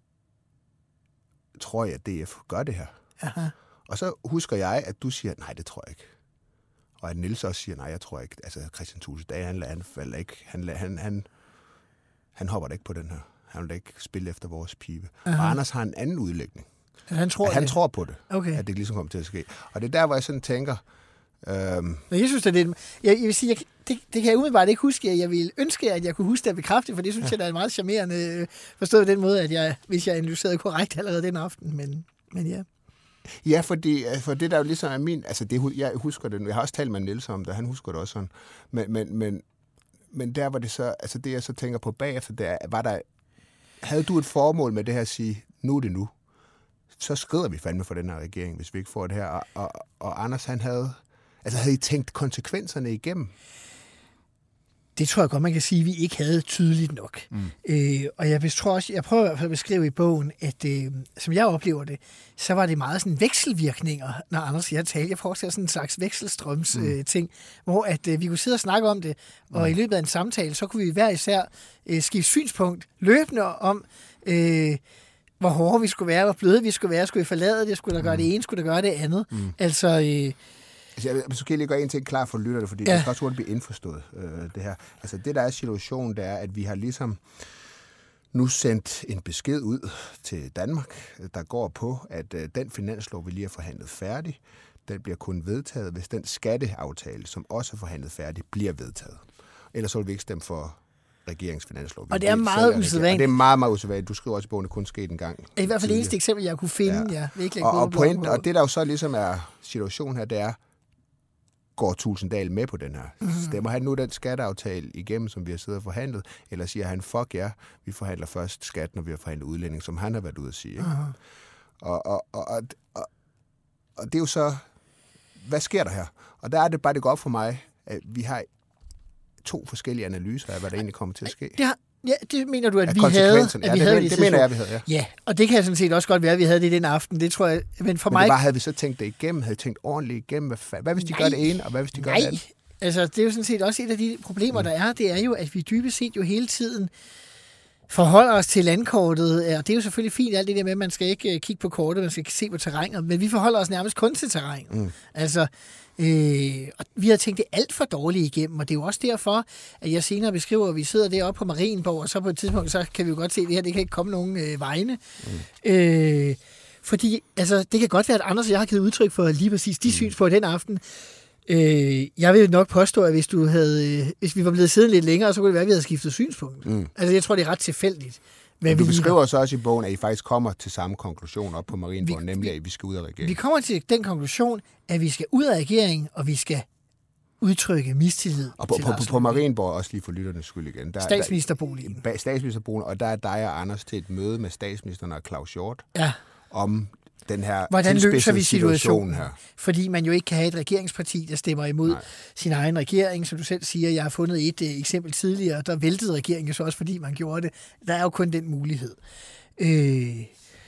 tror jeg, at D F gør det her? Aha. Og så husker jeg, at du siger, nej, det tror jeg ikke. Og at Niels også siger, nej, jeg tror ikke. Altså, Christian Tusinddal, han, han falder ikke. Han, han, han, han hopper da ikke på den her. Han vil da ikke spille efter vores pibe. Aha. Og Anders har en anden udlægning. Han tror, han tror på det, okay. at det ligesom kommer til at ske. Og det er der, hvor jeg sådan tænker... Øhm... Jeg synes, det er... Jeg, jeg vil sige, jeg, det, det kan jeg umiddelbart ikke huske. Jeg ville ønske, at jeg kunne huske det og bekræfte, for det synes ja. jeg, der er meget charmerende forstået på den måde, at jeg, hvis jeg analyserede korrekt allerede den aften. Men, men ja. Ja, fordi for det der jo ligesom er min... Altså, det, jeg husker det. Jeg har også talt med Niels om det, han husker det også sådan. Men, men, men, men der var det så... Altså, det jeg så tænker på bagefter, det er, var der... Havde du et formål med det her at sige, nu er det nu? Så skrider vi fandme for den her regering, hvis vi ikke får det her. Og, og, og Anders, han havde... Altså, havde I tænkt konsekvenserne igennem? Det tror jeg godt, man kan sige, at vi ikke havde tydeligt nok. Mm. Øh, og jeg tror også, jeg prøver i hvert fald at beskrive i bogen, at øh, som jeg oplever det, så var det meget sådan vekselvirkninger, når Anders og jeg talte. Jeg forestiller sådan en slags vekselstrøms mm. øh, ting, hvor at øh, vi kunne sidde og snakke om det, og mm. i løbet af en samtale, så kunne vi hver især øh, skifte synspunkt løbende om... Øh, hvor hårde vi skulle være, hvor bløde vi skulle være, skulle vi forlade det, skulle der gøre mm. det ene, skulle der gøre det andet. Mm. Altså... Øh... altså jeg vil så lige gøre en ting klar for lytterne, fordi ja. det skal også hurtigt blive indforstået, øh, det her. Altså det, der er situationen, det er, at vi har ligesom nu sendt en besked ud til Danmark, der går på, at øh, den finanslov, vi lige har forhandlet færdig, den bliver kun vedtaget, hvis den skatteaftale, som også er forhandlet færdig, bliver vedtaget. Ellers så vil vi ikke stemme for regeringsfinanslov. Og det er meget usædvanligt. Det er meget, meget usædvanligt. Du skriver også i bogen, det kun skete en gang. I hvert fald det eneste eksempel, jeg kunne finde. Ja. Ja, og, og, point, og det, der jo så ligesom er situationen her, det er, går Tusinddal med på den her? Mm-hmm. Stemmer han nu den skatteaftale igennem, som vi har siddet og forhandlet, eller siger han, fuck ja, vi forhandler først skat, når vi har forhandlet udlænding, som han har været ude at sige. Ikke? Mm-hmm. Og, og, og, og, og, og det er jo så, hvad sker der her? Og der er det bare, det går op for mig, at vi har to forskellige analyser af, hvad der egentlig kommer til at ske. Ja, ja det mener du, at vi havde. At ja, vi det, havde det, det mener jeg, vi havde, ja. Ja, og det kan sådan set også godt være, at vi havde det den aften. Det tror jeg, men for men mig... Men bare havde vi så tænkt det igennem, havde tænkt ordentligt igennem. Hvad, hvad hvis de nej, gør det ene, og hvad hvis de gør nej. det andet? Altså, det er jo sådan set også et af de problemer, mm. der er. Det er jo, at vi dybest set jo hele tiden forholder os til landkortet. Og det er jo selvfølgelig fint, alt det der med, at man skal ikke kigge på kortet, man skal se på terrænet. Men vi forholder os nærmest kun til terrænet. Mm. Altså... Øh, og vi har tænkt det alt for dårligt igennem, og det er jo også derfor, at jeg senere beskriver, at vi sidder deroppe på Marienborg, og så på et tidspunkt, så kan vi jo godt se, at det her, det kan ikke komme nogen øh, vegne. Mm. Øh, fordi, altså, det kan godt være, at Anders og jeg har givet udtryk for lige præcis de mm. synspunkter den aften. Øh, jeg vil nok påstå, at hvis, du havde, øh, hvis vi var blevet siddende lidt længere, så kunne det være, at vi havde skiftet synspunkt. Mm. Altså, jeg tror, det er ret tilfældigt. Men du beskriver så også i bogen, at I faktisk kommer til samme konklusion op på Marienborg, vi, nemlig at vi skal ud af regeringen. Vi kommer til den konklusion, at vi skal ud af regeringen, og vi skal udtrykke mistillid. Og på, på, på, på Marienborg, også lige for lytternes skyld igen. Der, statsministerboligen. Der, statsministerboligen, og der er dig og Anders til et møde med statsministeren og Claus Hjort ja. om den her hvordan løser vi situationen her? Fordi man jo ikke kan have et regeringsparti, der stemmer imod Nej. sin egen regering. Som du selv siger, jeg har fundet et uh, eksempel tidligere, der væltede regeringen så også, fordi man gjorde det. Der er jo kun den mulighed. Øh,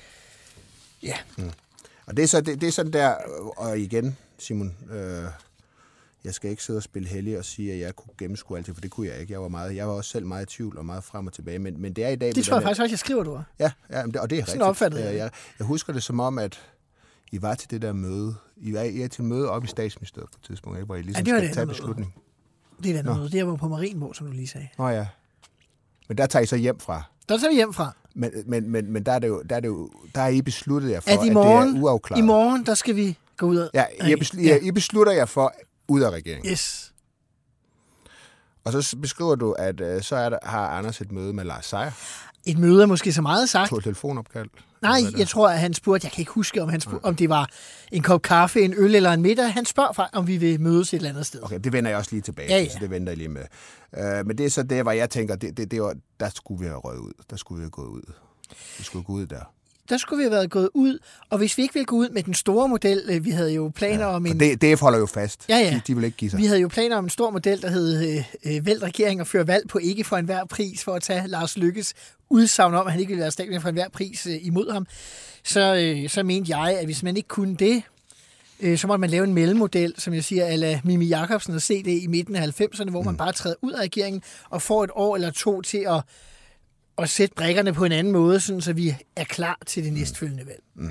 ja. Mm. Og det er, så, det, det er sådan der, og igen, Simon, øh, jeg skal ikke sidde og spille hellig og sige, at jeg kunne gennemskue alt det, for det kunne jeg ikke. Jeg var, meget, jeg var også selv meget i tvivl og meget frem og tilbage, men, men det er i dag... Det tror jeg faktisk også, jeg skriver, du var. Ja, ja og det er sådan rigtigt. Opfattet jeg. Jeg, jeg husker det som om, at I var til det der møde. I var, I var til møde op i statsministeriet på et tidspunkt, ikke? Hvor I ligesom ja, skal tage beslutning. Det er det andet møde. Det var på Marienborg, som du lige sagde. Nå ja. Men der tager I så hjem fra. Der tager vi hjem fra. Men, men, men, men der er det jo, der er det jo, der er I besluttet jer for, at, i morgen, at det er uafklaret. I morgen, der skal vi gå ud af... Ja, I, besl- ja. I beslutter jer for ud af regeringen. Yes. Og så beskriver du, at øh, så er der, har Anders et møde med Lars Seier. Et møde er måske så meget sagt. To telefonopkald. Nej, jeg tror, at han spurgte, jeg kan ikke huske, om, han spurgte, om det var en kop kaffe, en øl eller en middag. Han spørger faktisk, om vi vil mødes et eller andet sted. Okay, det vender jeg også lige tilbage ja, til, ja. så det venter jeg lige med. Uh, men det er så det, hvor jeg tænker, det, det, det var, der skulle vi have røget ud. Der skulle vi have gået ud. Vi skulle gå ud der. Der skulle vi have været gået ud, og hvis vi ikke ville gå ud med den store model, vi havde jo planer ja, om en... Det, det holder jo fast. Ja, ja. De, de vil ikke give sig. Vi havde jo planer om en stor model, der hed øh, øh, Vælt regering og føre valg på ikke for enhver pris, for at tage Lars Løkkes udsagn om, at han ikke ville være statsminister for enhver pris øh, imod ham. Så, øh, så mente jeg, at hvis man ikke kunne det, øh, så måtte man lave en mellemmodel, som jeg siger, a la Mimi Jakobsen og C D i midten af halvfemserne, hvor mm. man bare træder ud af regeringen og får et år eller to til at og sætte brikkerne på en anden måde, sådan, så vi er klar til det næstfølgende valg. Mm.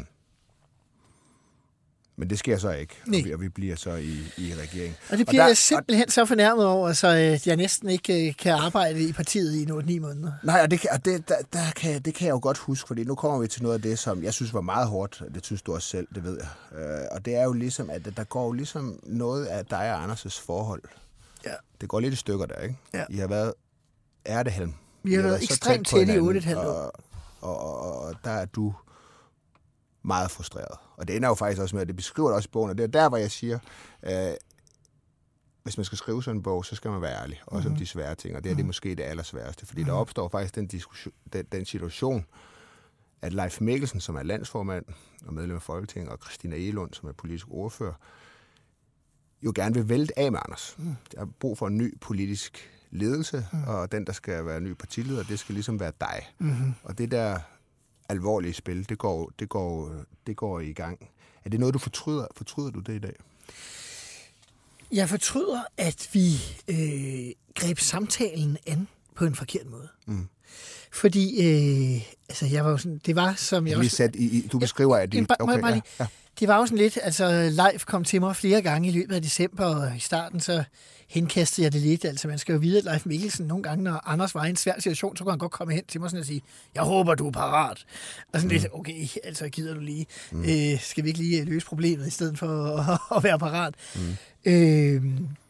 Men det sker så ikke, og vi, og vi bliver så i, i regeringen. Og det bliver og der, jeg simpelthen og... så fornærmet over, så jeg næsten ikke kan arbejde i partiet i otte ni måneder. Nej, og, det kan, og det, der, der kan, det kan jeg jo godt huske, fordi nu kommer vi til noget af det, som jeg synes var meget hårdt, det synes du også selv, det ved jeg. Øh, og det er jo ligesom, at der går jo ligesom noget af dig og Anders' forhold. Ja. Det går lidt i stykker der, ikke? Ja. I har været ærtehelm. Vi har, har været ekstremt tæt i otte komma fem år. Og, og, og, og der er du meget frustreret. Og det ender jo faktisk også med, at det beskriver det også i bogen, og det er der, hvor jeg siger, øh, hvis man skal skrive sådan en bog, så skal man være ærlig, også mm-hmm. om de svære ting, og det er det måske det allersværeste, fordi mm-hmm. der opstår faktisk den, diskussion, den, den situation, at Leif Mikkelsen, som er landsformand og medlem af Folketinget, og Christina Egelund, som er politisk ordfører, jo gerne vil vælte af med Anders. Mm. Der er brug for en ny politisk ledelse, mm. og den, der skal være ny partileder, det skal ligesom være dig. Mm-hmm. Og det der alvorlige spil, det går, det går, det går i gang. Er det noget, du fortryder? Fortryder du det i dag? Jeg fortryder, at vi øh, greb samtalen an på en forkert måde. Mm. Fordi, øh, altså, jeg var jo sådan, det var som jeg også... Sat i, i, du beskriver, at det... Okay, ja, ja. Det var jo sådan lidt, altså, Leif kom til mig flere gange i løbet af december, og i starten så henkastede jeg det lidt. Altså, man skal jo vide, at Leif Mikkelsen nogle gange, når Anders var i en svær situation, så kunne han godt komme hen til mig sådan og sige, jeg håber, du er parat. Og sådan mm. lidt, okay, altså, gider du lige? Mm. Øh, skal vi ikke lige løse problemet, i stedet for at, at være parat? Mm. Øh,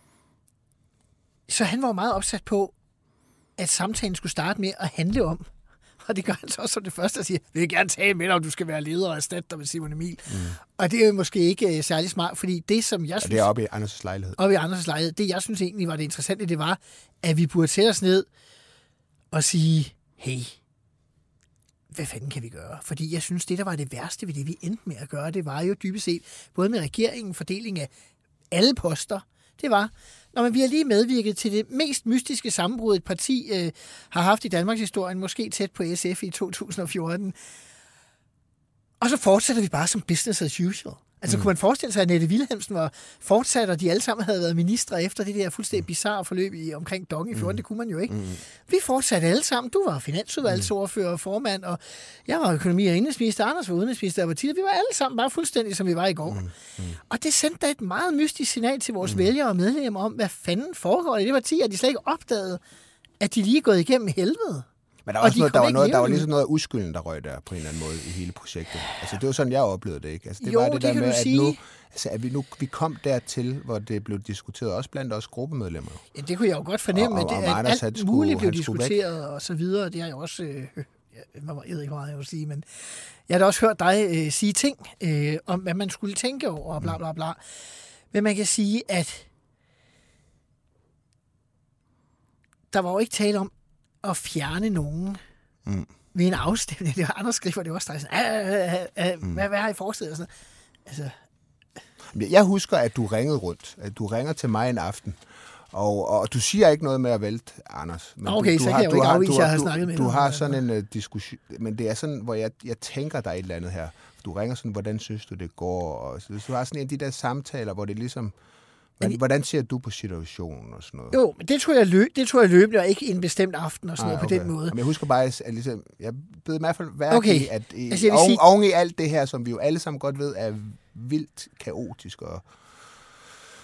så han var meget opsat på, at samtalen skulle starte med at handle om, og det gør han så også som det første, at sige, vi vil gerne tale med dig, om du skal være leder og erstatte dig med Simon Emil. Mm. Og det er jo måske ikke uh, særlig smart, fordi det, som jeg synes... Og det er oppe i Anders' lejlighed. Oppe i Anders' lejlighed. Det, jeg synes egentlig var det interessante, det var, at vi burde sætte os ned og sige, hey, hvad fanden kan vi gøre? Fordi jeg synes, det, der var det værste ved det, vi endte med at gøre, det var jo dybest set, både med regeringen, fordeling af alle poster, det var, når man vi har lige medvirket til det mest mystiske sammenbrud, et parti øh, har haft i Danmarks historien, måske tæt på S F i to tusind og fjorten. Og så fortsætter vi bare som business as usual. Altså mm. kunne man forestille sig, at Annette Wilhelmsen var fortsat, og de alle sammen havde været ministre efter det der fuldstændig bizarre forløb i omkring Dong i fjorten. Mm. Det kunne man jo ikke. Mm. Vi fortsatte alle sammen. Du var finansudvalgsordfører og formand, og jeg var økonomi- og indenrigsminister. Anders var udenrigsminister og partiet. Vi var alle sammen bare fuldstændig, som vi var i går. Mm. Mm. Og det sendte da et meget mystisk signal til vores mm. vælgere og medlemmer om, hvad fanden foregår i det parti, at de slet ikke opdagede, at de lige er gået igennem helvede. Men der var, også noget, der, var noget, der var ligesom noget af uskylden, der røg der på en eller anden måde i hele projektet. Altså, det var sådan, jeg oplevede det, ikke? Altså, det jo, var det, det der kan med, du at sige. Nu, altså, at vi, nu, vi kom dertil, hvor det blev diskuteret, også blandt os gruppemedlemmer. Ja, det kunne jeg jo godt fornemme, og, og, og det, at alt skulle, muligt blev diskuteret og så videre. Det har jeg også, øh, jeg ved ikke, hvor meget jeg vil sige, men jeg har da også hørt dig øh, sige ting øh, om, hvad man skulle tænke over, og bla bla bla. Men man kan sige, at der var jo ikke tale om at fjerne nogen Mm. ved en afstemning. Det var andre skriver, det var også sådan, mm. hvad, hvad har I forestillet? Sådan, altså. Jeg husker, at du ringede rundt. At du ringer til mig en aften, og, og du siger ikke noget med at vælte, Anders. Men okay, du, du så har, kan jeg jo ikke afvise, at jeg har snakket med Du, du har sådan eller. en uh, diskussion, men det er sådan, hvor jeg, jeg tænker dig et eller andet her. Du ringer sådan, hvordan synes du, det går? Og så, du har sådan en af de der samtaler, hvor det ligesom... Hvordan, hvordan ser du på situationen og sådan noget? Jo, men det tror jeg, løb, det tror jeg løbende, og ikke en bestemt aften og sådan ah, noget okay. på den måde. Men jeg husker bare, at ligesom, jeg bed i hvert fald værk okay. i, at i, altså, oven, sige... oven i alt det her, som vi jo alle sammen godt ved, er vildt kaotisk og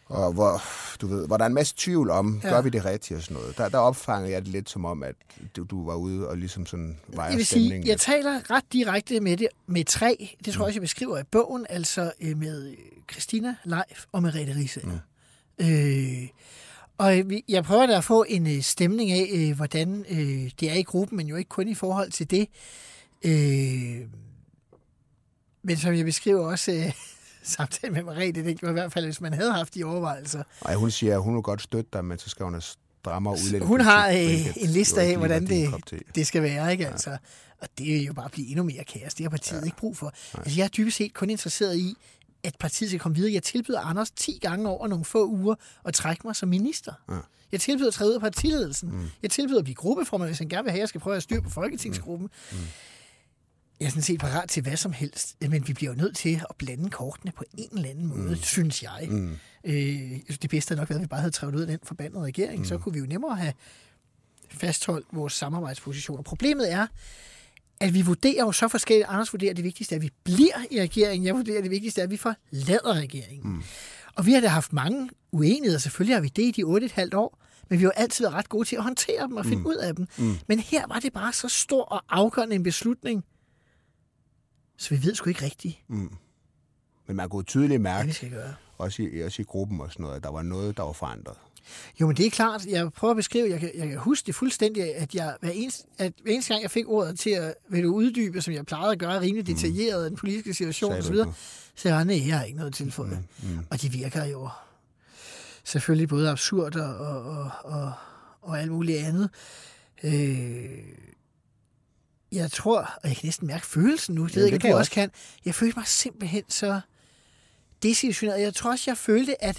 Og hvor, du ved, hvor der er en masse tvivl om, Ja. gør vi det rigtigt og sådan noget. Der, der opfangede jeg det lidt som om, at du, du var ude og ligesom sådan vejer Jeg vil stemningen. sige, jeg taler ret direkte med det med tre. Det tror jeg også, jeg beskriver i bogen, altså øh, med Christina, Leif og Merete Riisager. Mm. Øh, og jeg prøver da at få en øh, stemning af, øh, hvordan øh, det er i gruppen, men jo ikke kun i forhold til det. Øh, men som jeg beskriver også... Øh, samtalen med Merete, det gjorde i hvert fald, hvis man havde haft de overvejelser. Ej, hun siger, at hun vil godt støtte dig, men så skal hun have strammere udlændingepolitik. Hun har øh, en liste af, hvordan det, det... det skal være, ikke? Altså, og det er jo bare at blive endnu mere kaos. Det har partiet ja. ikke brug for. Nej. Altså, jeg er dybest set kun interesseret i, at partiet skal komme videre. Jeg tilbyder Anders ti gange over nogle få uger at trække mig som minister. Ja. Jeg tilbyder at træde ud af partiledelsen. Mm. Jeg tilbyder at blive gruppeformand, hvis han gerne vil have, jeg skal prøve at styre på folketingsgruppen. Mm. Mm. Jeg er sådan set parat til hvad som helst, men vi bliver jo nødt til at blande kortene på en eller anden måde, mm. synes jeg. Mm. Øh, det bedste havde nok været, at vi bare havde trævet ud af den forbandede regering. Mm. Så kunne vi jo nemmere have fastholdt vores samarbejdspositioner. Problemet er, at vi vurderer jo så forskelligt. Anders vurderer, at det vigtigste er, at vi bliver i regeringen. Jeg vurderer, at det vigtigste er, at vi forlader regeringen. Mm. Og vi har da haft mange uenigheder. Selvfølgelig har vi det i de otte et halvt år. Men vi har jo altid været ret gode til at håndtere dem og finde mm. ud af dem. Mm. Men her var det bare så stor og afgørende en beslutning, så vi ved sgu ikke rigtigt. Mm. Men man kunne tydeligt mærke, ja, vi skal gøre. Også, i, også i gruppen og sådan noget, at der var noget, der var forandret. Jo, men det er klart. Jeg prøver at beskrive, jeg kan, jeg kan huske det fuldstændig, at jeg hver eneste, at hver eneste gang, jeg fik ordet til at vil du uddybe, som jeg plejede at gøre, rimelig detaljeret mm. den politiske situation og så videre, så jeg var, nej, jeg har ikke noget tilføje. Mm. Mm. Og de virker jo selvfølgelig både absurd og, og, og, og, og alt muligt andet. Øh... Jeg tror, og jeg kan næsten mærke følelsen nu, det ved jeg ikke, du også kan. Jeg følte mig simpelthen så desillusioneret. Jeg tror også, jeg følte, at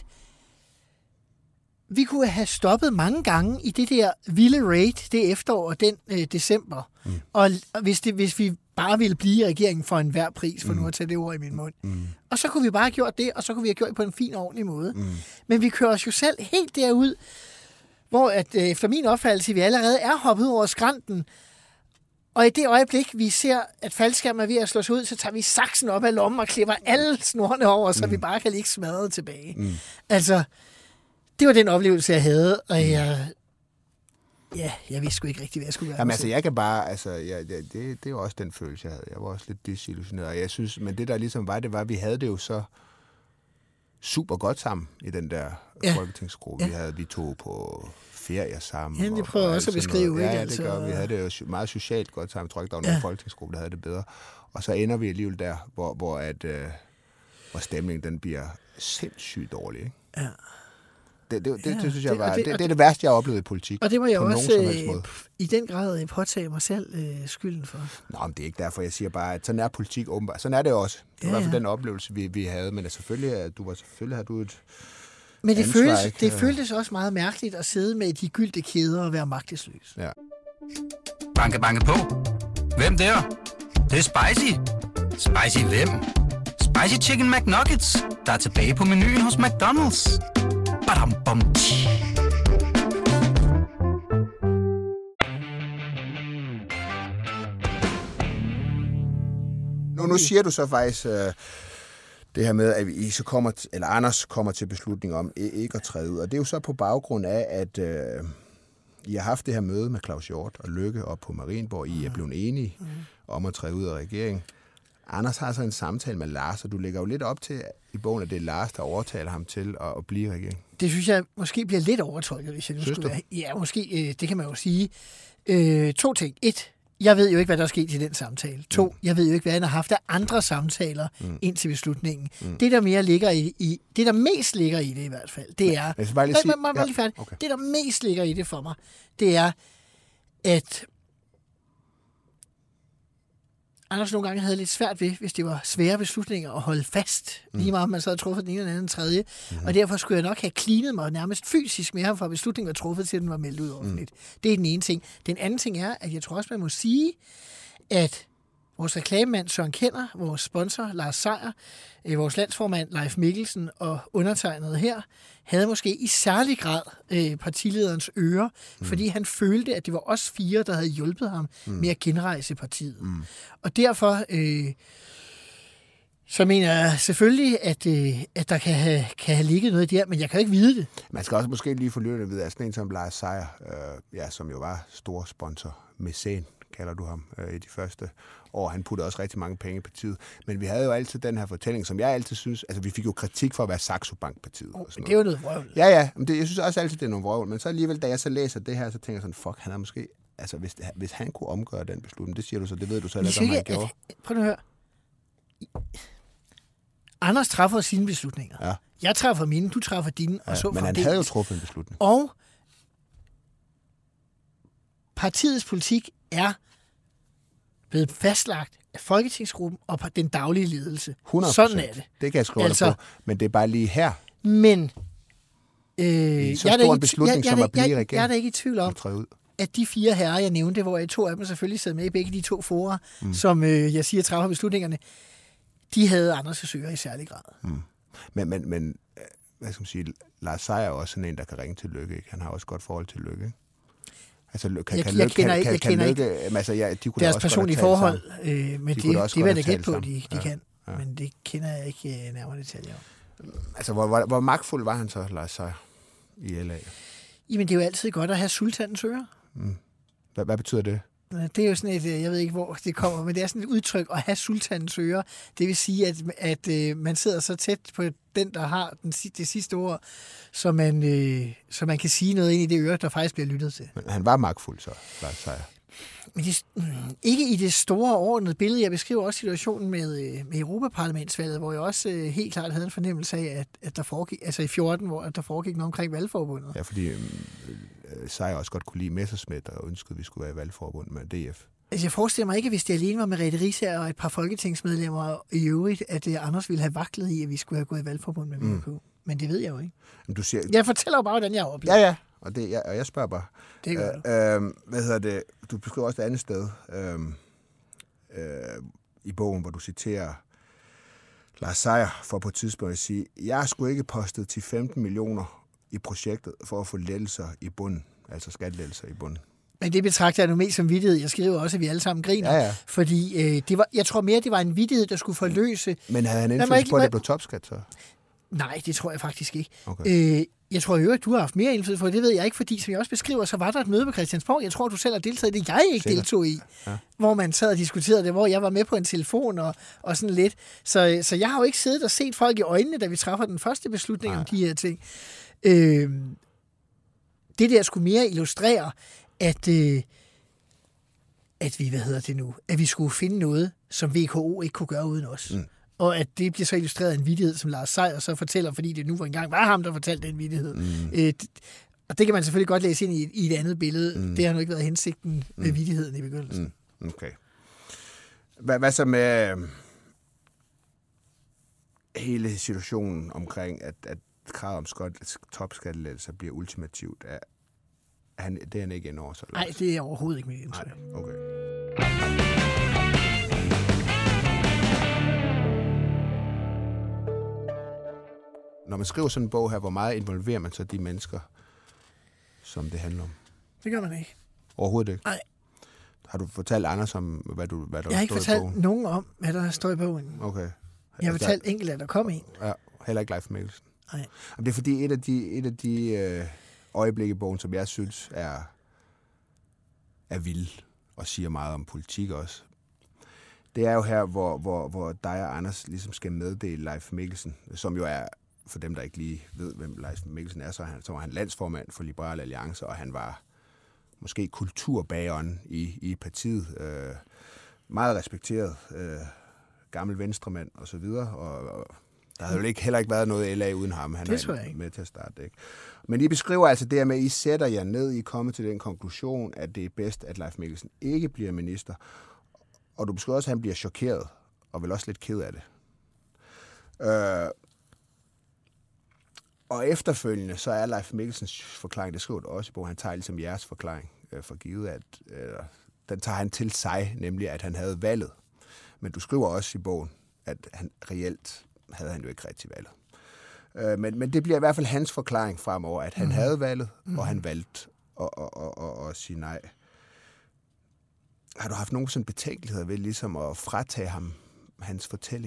vi kunne have stoppet mange gange i det der vilde raid, det efterår og den øh, december. Mm. Og hvis, det, hvis vi bare ville blive i regeringen for enhver pris, for mm. nu at tage det ord i min mund. Mm. Og så kunne vi bare have gjort det, og så kunne vi have gjort det på en fin og ordentlig måde. Mm. Men vi kører os jo selv helt derud, hvor at, øh, efter min opfattelse, vi allerede er hoppet over skrænten. Og i det øjeblik, vi ser, at faldskærmen er ved at slå sig ud, så tager vi saksen op af lommen og klipper alle snorene over, så mm. vi bare kan ligge smadret tilbage. Mm. Altså, det var den oplevelse, jeg havde, og jeg... Ja, jeg vidste sgu ikke rigtig, hvad jeg skulle gøre. Jamen altså, jeg kan bare... Altså, ja, det, det er jo også den følelse, jeg havde. Jeg var også lidt desillusioneret, og jeg synes... Men det, der ligesom var, det var, at vi havde det jo så super godt sammen i den der ja. folketingsgruppe. Ja. Vi havde vi tog på... ferier sammen. Ja, det prøver også at beskrive, ikke? Ja, ja, det gør vi. Vi havde det jo meget socialt godt sammen. Jeg tror ikke, der var nogen ja. folketingsgruppe, der havde det bedre. Og så ender vi alligevel der, hvor, hvor, at, øh, hvor stemningen den bliver sindssygt dårlig. Ikke? Ja. Det, det, det, ja, det synes jeg var... Det, det, det er det værste, jeg har oplevet i politik. Og det må jeg også øh, i den grad påtage mig selv øh, skylden for. Nå, men det er ikke derfor, jeg siger bare, at sådan er politik åbenbart. Sådan er det også. Det var ja, i hvert fald ja. den oplevelse, vi, vi havde. Men selvfølgelig, du var selvfølgelig, havde du et... Men det, føles, det føltes også meget mærkeligt at sidde med de gyldne kæder og være magtesløs. Ja. Banke, banke på. Hvem der? Det, det er spicy. Spicy hvem? Spicy Chicken McNuggets, der er tilbage på menuen hos McDonald's. Badum, bom, nu, nu siger du så faktisk... Øh det her med, at I så kommer, t- eller Anders kommer til beslutning om ikke at træde ud. Og det er jo så på baggrund af, at øh, I har haft det her møde med Claus Hjort og Løkke op på Marienborg. I er blevet enige mm. om at træde ud af regeringen. Anders har så en samtale med Lars, og du lægger jo lidt op til i bogen, at det er Lars, der overtaler ham til at, at blive i regeringen. Det synes jeg måske bliver lidt overtolket, hvis jeg nu skulle være. Ja, måske, øh, det kan man jo sige. Øh, to ting. Et. Jeg ved jo ikke, hvad der er sket i den samtale. To, mm. jeg ved jo ikke, hvad han har haft af andre samtaler mm. indtil beslutningen. Mm. Det, der mere ligger i, i, det, der mest ligger i det i hvert fald, det er... Jeg bare lige sige... ja, lige færdig. Okay. Det, der mest ligger i det for mig, det er, at Anders nogle gange havde lidt svært ved, hvis det var svære beslutninger at holde fast, mm. lige meget om man så havde truffet den ene eller anden tredje. Mm. Og derfor skulle jeg nok have klinet mig nærmest fysisk med ham, for beslutningen var truffet, til den var meldt ud offentligt. Mm. Det er den ene ting. Den anden ting er, at jeg tror også, man må sige, at vores reklamemand Søren Kender, vores sponsor Lars Seier, vores landsformand Leif Mikkelsen og undertegnet her, havde måske i særlig grad øh, partilederens ører, mm. fordi han følte, at det var os fire, der havde hjulpet ham mm. med at genrejse partiet. Mm. Og derfor, øh, Så mener jeg selvfølgelig, at, øh, at der kan have, kan have ligget noget der, men jeg kan jo ikke vide det. Man skal også måske lige få lyttet at vide, at sådan en som Lars Seier, øh, ja, som jo var stor sponsor, mæcen, kalder du ham, øh, i de første år. Han puttede også rigtig mange penge i partiet. Men vi havde jo altid den her fortælling, som jeg altid synes, altså vi fik jo kritik for at være Saxo Bank-partiet. Oh, og sådan det er jo noget vrøvl. Ja, ja, men det, jeg synes også altid, det er noget vrøvl. Men så alligevel, da jeg så læser det her, så tænker jeg sådan, fuck, han er måske, altså hvis, hvis han kunne omgøre den beslutning, det siger du så, det ved du så ikke, om han gjorde. At, prøv at høre. Anders træffer sine beslutninger. Ja. Jeg træffer mine, du træffer dine, ja, og så men han havde jo truffet en beslutning. Og partiets politik er blevet fastlagt af Folketingsgruppen og den daglige ledelse. hundrede procent. Sådan er det. Det kan jeg skrive altså, på, men det er bare lige her. Men øh, så jeg stor en beslutning, jeg, som jeg, at blive jeg, regering. Jeg er da ikke i tvivl om, ud. at de fire herrer, jeg nævnte, hvor jeg to af dem selvfølgelig sad med i begge de to fora, mm. som øh, jeg siger træffer beslutningerne, de havde Anders Søger i særlig grad. Mm. Men, men, men hvad skal man sige, Lars Seier er også sådan en, der kan ringe til Lykke. Ikke? Han har også godt forhold til Lykke. Ikke? Altså, kan, jeg, kan, jeg kender kan, ikke, jeg kan kender Lykke, ikke altså, ja, de kunne deres også personlige forhold, øh, men de det, det vil jeg da gætte på, de, de ja. kan. Ja. Men det kender jeg ikke nærmere detaljer om. Altså, hvor, hvor, hvor magtfuld var han så, Lars Seier, i L A? Jamen, det er jo altid godt at have sultanens ører. Mm. Hvad, hvad betyder det? Det er jo sådan et, jeg ved ikke, hvor det kommer, men det er sådan et udtryk at have sultanens ører. Det vil sige, at, at øh, man sidder så tæt på den, der har den, det sidste ord, så man, øh, så man kan sige noget ind i det øre, der faktisk bliver lyttet til. Men han var magtfuld så, Lars Seier? Men det, ikke i det store overordnede billede. Jeg beskriver også situationen med, med Europaparlamentsvalget, hvor jeg også øh, helt klart havde en fornemmelse af, at, at der foregik, altså i fjorten, hvor at der foregik noget omkring valgforbundet. Ja, fordi øh, Seier også godt kunne lide Messerschmidt og ønskede, at vi skulle være i valgforbund med D F. Altså, jeg forestiller mig ikke, hvis det alene var med Merete Riisager og et par folketingsmedlemmer i øvrigt, at uh, Anders ville have vaklet i, at vi skulle have gået i valgforbund med V K. Mm. Men det ved jeg jo ikke. Men du siger... Jeg fortæller jo bare, hvordan jeg har oplevet. Ja, ja. Og, det, jeg, og jeg spørger bare. Det gør øh, øh, hvad hedder det? Du beskriver også et andet sted øh, øh, i bogen, hvor du citerer Lars Seier for på et tidspunkt at sige, jeg skulle ikke postet til femten millioner i projektet for at få lettelser i bunden, altså skattelettelser i bunden. Men det betragter jeg nu mest som vittighed. Jeg skriver også, at vi alle sammen griner. Ja, ja. Fordi øh, det var, jeg tror mere, det var en vittighed, der skulle forløse... Men havde han indflydelse på, at det blev topskat så? Nej, det tror jeg faktisk ikke. Okay. Øh, jeg tror jo, at du har haft mere indflydelse på det, det ved jeg ikke, fordi som jeg også beskriver, så var der et møde på Christiansborg. Jeg tror, du selv har deltaget i det, jeg ikke Sikkert. deltog i. Ja. Hvor man sad og diskuterede det, hvor jeg var med på en telefon og, og sådan lidt. Så, så jeg har jo ikke siddet og set folk i øjnene, da vi træffer den første beslutning Nej. om de her ting. Øh, det der skulle mere illustrere, at, øh, at vi, hvad hedder det nu, at vi skulle finde noget, som V K O ikke kunne gøre uden os. Mm. Og at det bliver så illustreret af en vittighed, som Lars Seier så fortæller, fordi det nu engang var ham, der fortalte den vittighed. Mm. Øh, det, og det kan man selvfølgelig godt læse ind i, i et andet billede. Mm. Det har nu ikke været hensigten med mm. vittigheden i begyndelsen. Mm. Okay. Hvad, hvad så med øh, hele situationen omkring, at, at krav om topskattelettelser bliver ultimativt? Er, han, det er han ikke endnu så Nej, det er overhovedet ikke mit indtryk. Nej, okay. Når man skriver sådan en bog her, hvor meget involverer man så de mennesker, som det handler om? Det gør man ikke. Overhovedet ikke? Nej. Har du fortalt Anders om, hvad, du, hvad der Jeg har ikke fortalt bogen? nogen om, hvad der står i bogen. Okay. Jeg har altså, fortalt enkelt, at der kom en. Ja, heller ikke Leif Mikkelsen. Nej. Det er fordi et af de, et af de øh, øjeblikke i bogen, som jeg synes er, er vild og siger meget om politik også, det er jo her, hvor, hvor, hvor dig og Anders ligesom skal meddele Leif Mikkelsen, som jo er, for dem, der ikke lige ved, hvem Leif Mikkelsen er, så, han, så var han landsformand for Liberal Alliance, og han var måske kulturbageren i, i partiet. Øh, meget respekteret, øh, gammel venstremand og så videre, og, og der havde jo ikke, heller ikke været noget L A uden ham. Han det er med til at starte det. Ikke? Men I beskriver altså det her med, at I sætter jer ned, I kommer til den konklusion, at det er bedst, at Leif Mikkelsen ikke bliver minister. Og du beskriver også, at han bliver chokeret, og vel også lidt ked af det. Øh, og efterfølgende, så er Leif Mikkelsens forklaring, det skriver du også i bogen, han tager ligesom jeres forklaring øh, for givet, at øh, den tager han til sig, nemlig at han havde valget. Men du skriver også i bogen, at han reelt havde han jo ikke rigtig valget. Øh, men, men det bliver i hvert fald hans forklaring fremover, at han mm. havde valget, mm. og han valgte at, at, at, at, at sige nej. Har du haft nogen sådan betænkeligheder ved ligesom at fratage ham hans fortælling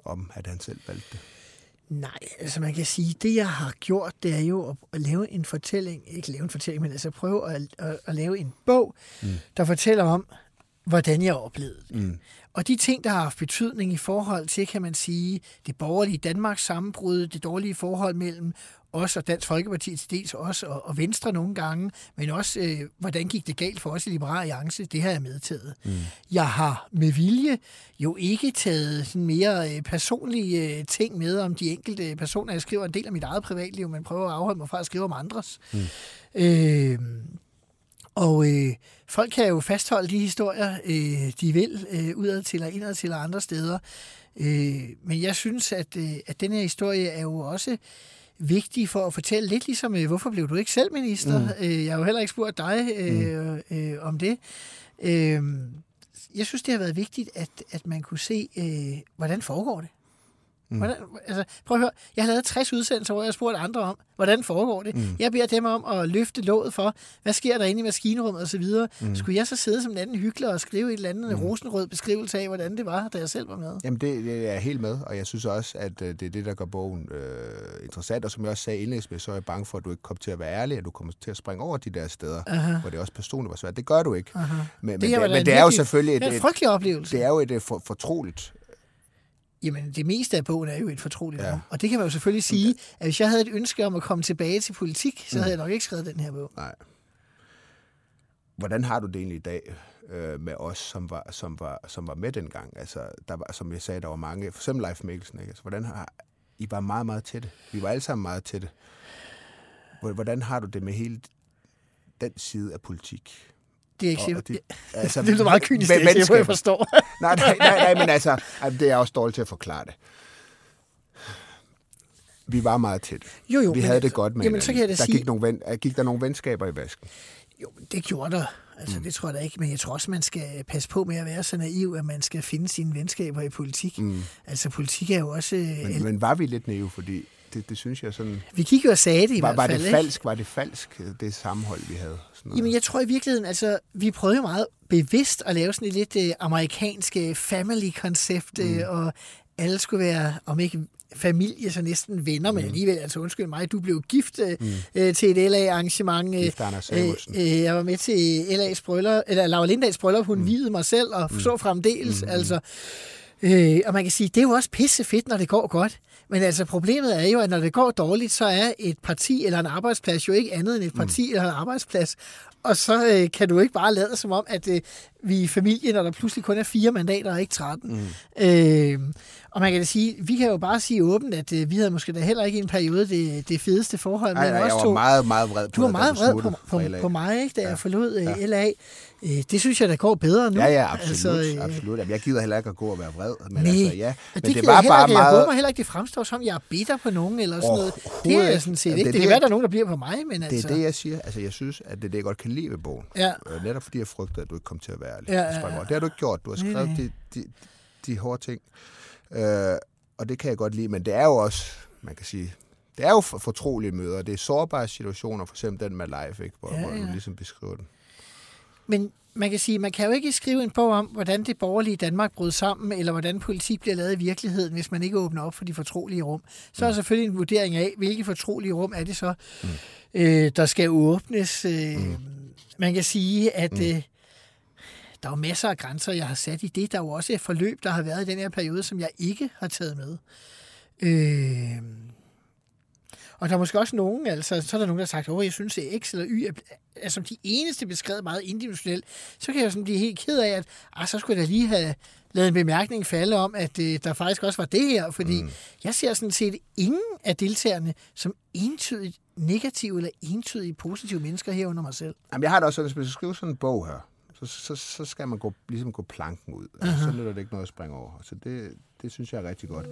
om, at han selv valgte det? Nej, altså man kan sige, det jeg har gjort, det er jo at, at lave en fortælling, ikke lave en fortælling, men altså prøve at, at, at lave en bog, mm. der fortæller om, hvordan jeg oplevede det. Mm. Og de ting, der har haft betydning i forhold til, kan man sige, det borgerlige Danmarks sammenbrud, det dårlige forhold mellem os og Dansk Folkeparti, til dels os og, og Venstre nogle gange, men også, øh, hvordan gik det galt for os i Liberal Alliance, det har jeg medtaget. Mm. Jeg har med vilje jo ikke taget sådan mere øh, personlige øh, ting med om de enkelte personer. Jeg skriver en del af mit eget privatliv, men prøver at afholde mig fra at skrive om andres. Mm. Øh, Og øh, folk kan jo fastholde de historier, øh, de vil, øh, udad til og indad til og andre steder. Øh, men jeg synes, at, øh, at den her historie er jo også vigtig for at fortælle lidt ligesom, øh, hvorfor blev du ikke selv minister? Mm. Øh, jeg har jo heller ikke spurgt dig øh, mm. øh, om det. Øh, jeg synes, det har været vigtigt, at, at man kunne se, øh, hvordan foregår det. Mm. Hvordan, altså, prøv at høre, jeg har lavet tres udsendelser, hvor jeg har spurgt andre om, hvordan foregår det. Mm. Jeg beder dem om at løfte låget for, hvad sker der inde i maskinrummet og så videre. Mm. Skulle jeg så sidde som en anden hyggelig og skrive et eller andet mm. rosenrød beskrivelse af, hvordan det var, da jeg selv var med? Jamen, det, det er jeg helt med, og jeg synes også, at det er det, der gør bogen øh, interessant. Og som jeg også sagde indlægsmæssigt, så er jeg bange for, at du ikke kommer til at være ærlig, at du kommer til at springe over de der steder, Aha. hvor det også personligt var svært. Det gør du ikke. Men, men, det, det, men det er jo selvfølgelig et, det er en frygtelig oplevelse. Det er jo et for, fortroligt. Jamen, det meste af bogen er jo et fortroligt rum. Ja. Og det kan man jo selvfølgelig sige, at hvis jeg havde et ønske om at komme tilbage til politik, så havde jeg nok ikke skrevet den her bog. Nej. Hvordan har du det egentlig i dag øh, med os, som var, som, var, som var med dengang? Altså, der var, som jeg sagde, der var mange, for eksempel Leif Mikkelsen, ikke? Altså, hvordan har, I var meget, meget tætte. Vi var alle sammen meget tætte. Hvordan har du det med hele den side af politik? Det er ikke sikkert. Det, altså, det er meget kynisk, det er ikke, jeg forstår. nej, nej, nej, nej, men altså, det er også dårligt til at forklare det. Vi var meget tæt. Jo, jo, vi havde det godt med jamen, så kan jeg da der sige... gik, nogle ven, gik der nogle venskaber i vasken? Jo, det gjorde der. Altså, mm. det tror jeg da ikke. Men jeg tror også, man skal passe på med at være så naiv, at man skal finde sine venskaber i politik. Mm. Altså, politik er jo også... Men, men var vi lidt naive, fordi... Det, det synes jeg sådan... Vi gik jo og sagde det i var, hvert fald, var det falsk, Var det falsk, det sammenhold, vi havde? Jamen, jeg tror i virkeligheden, altså, vi prøvede jo meget bevidst at lave sådan et lidt uh, amerikansk family-koncept, mm. uh, og alle skulle være, om ikke familie, så næsten venner, mm. men alligevel, altså undskyld mig, du blev gift uh, mm. uh, til et L A-arrangement. Gift Anders Samuelsen. Uh, uh, jeg var med til L A's bryllup, eller Laura Lindahls bryllup, hun mm. vigede mig selv, og mm. så fremdeles, mm. altså... Øh, og man kan sige, det er jo også pisse fedt, når det går godt. Men altså problemet er jo, at når det går dårligt, så er et parti eller en arbejdsplads jo ikke andet end et parti mm. eller en arbejdsplads. Og så øh, kan du ikke bare lade som om, at øh, vi er i familie, når der pludselig kun er fire mandater og ikke tretten. Mm. Øh, og man kan da sige, vi kan jo bare sige åbent, at øh, vi havde måske da heller ikke i en periode det, det fedeste forhold. Nej, nej, jeg var to. meget, meget vred på Du var meget vred på, på, på mig, ikke, da ja. jeg forlod øh, ja. L A. Øh, det synes jeg, der går bedre nu. Ja, ja, absolut. Altså, øh... absolut. Jamen, jeg gider heller ikke at gå og være vred. Men nej, altså, ja. Men det, det var bare ikke. meget... Jeg håber heller ikke, det fremstår som, jeg er bitter på nogen eller sådan oh, noget. Det er jeg sådan set ikke. Det, det, det kan være, der er nogen, der bliver på mig, men det altså... Det er det, jeg siger. Altså, jeg synes, at det er det, jeg godt kan lide ved bogen. Ja. Netop fordi jeg frygter, at du ikke kom til at være ærlig. Ja, ja, ja. Det har du ikke gjort. Du har skrevet de, de, de hårde ting. Øh, og det kan jeg godt lide, men det er jo også, man kan sige, det er jo fortrolige møder. Det er sårbare situationer, for eksempel den med Leif, ikke? Hvor, ja, ja. hvor du ligesom beskriver den. Men man kan sige, man kan jo ikke skrive en bog om, hvordan det borgerlige Danmark brød sammen, eller hvordan politik bliver lavet i virkeligheden, hvis man ikke åbner op for de fortrolige rum. Så er der selvfølgelig en vurdering af, hvilke fortrolige rum er det så, mm. øh, der skal åbnes. Øh, mm. Man kan sige, at mm. øh, der er masser af grænser, jeg har sat i det. Der er jo også et forløb, der har været i den her periode, som jeg ikke har taget med. Øh, og der er måske også nogen, altså, så er der nogen, der har sagt, åh, jeg synes, at X eller Y er, er som de eneste beskrevet meget individuelt. Så kan jeg sådan blive helt ked af, at ah, så skulle jeg lige have lavet en bemærkning falde om, at øh, der faktisk også var det her, fordi mm. jeg ser sådan set ingen af deltagerne som entydigt negative eller entydigt positive mennesker herunder mig selv. Jamen, jeg har da også sådan, hvis man skriver sådan en bog her, så, så, så skal man gå, ligesom gå planken ud. Altså, uh-huh. Så lyder det ikke noget at springe over. Så det, det synes jeg er rigtig godt.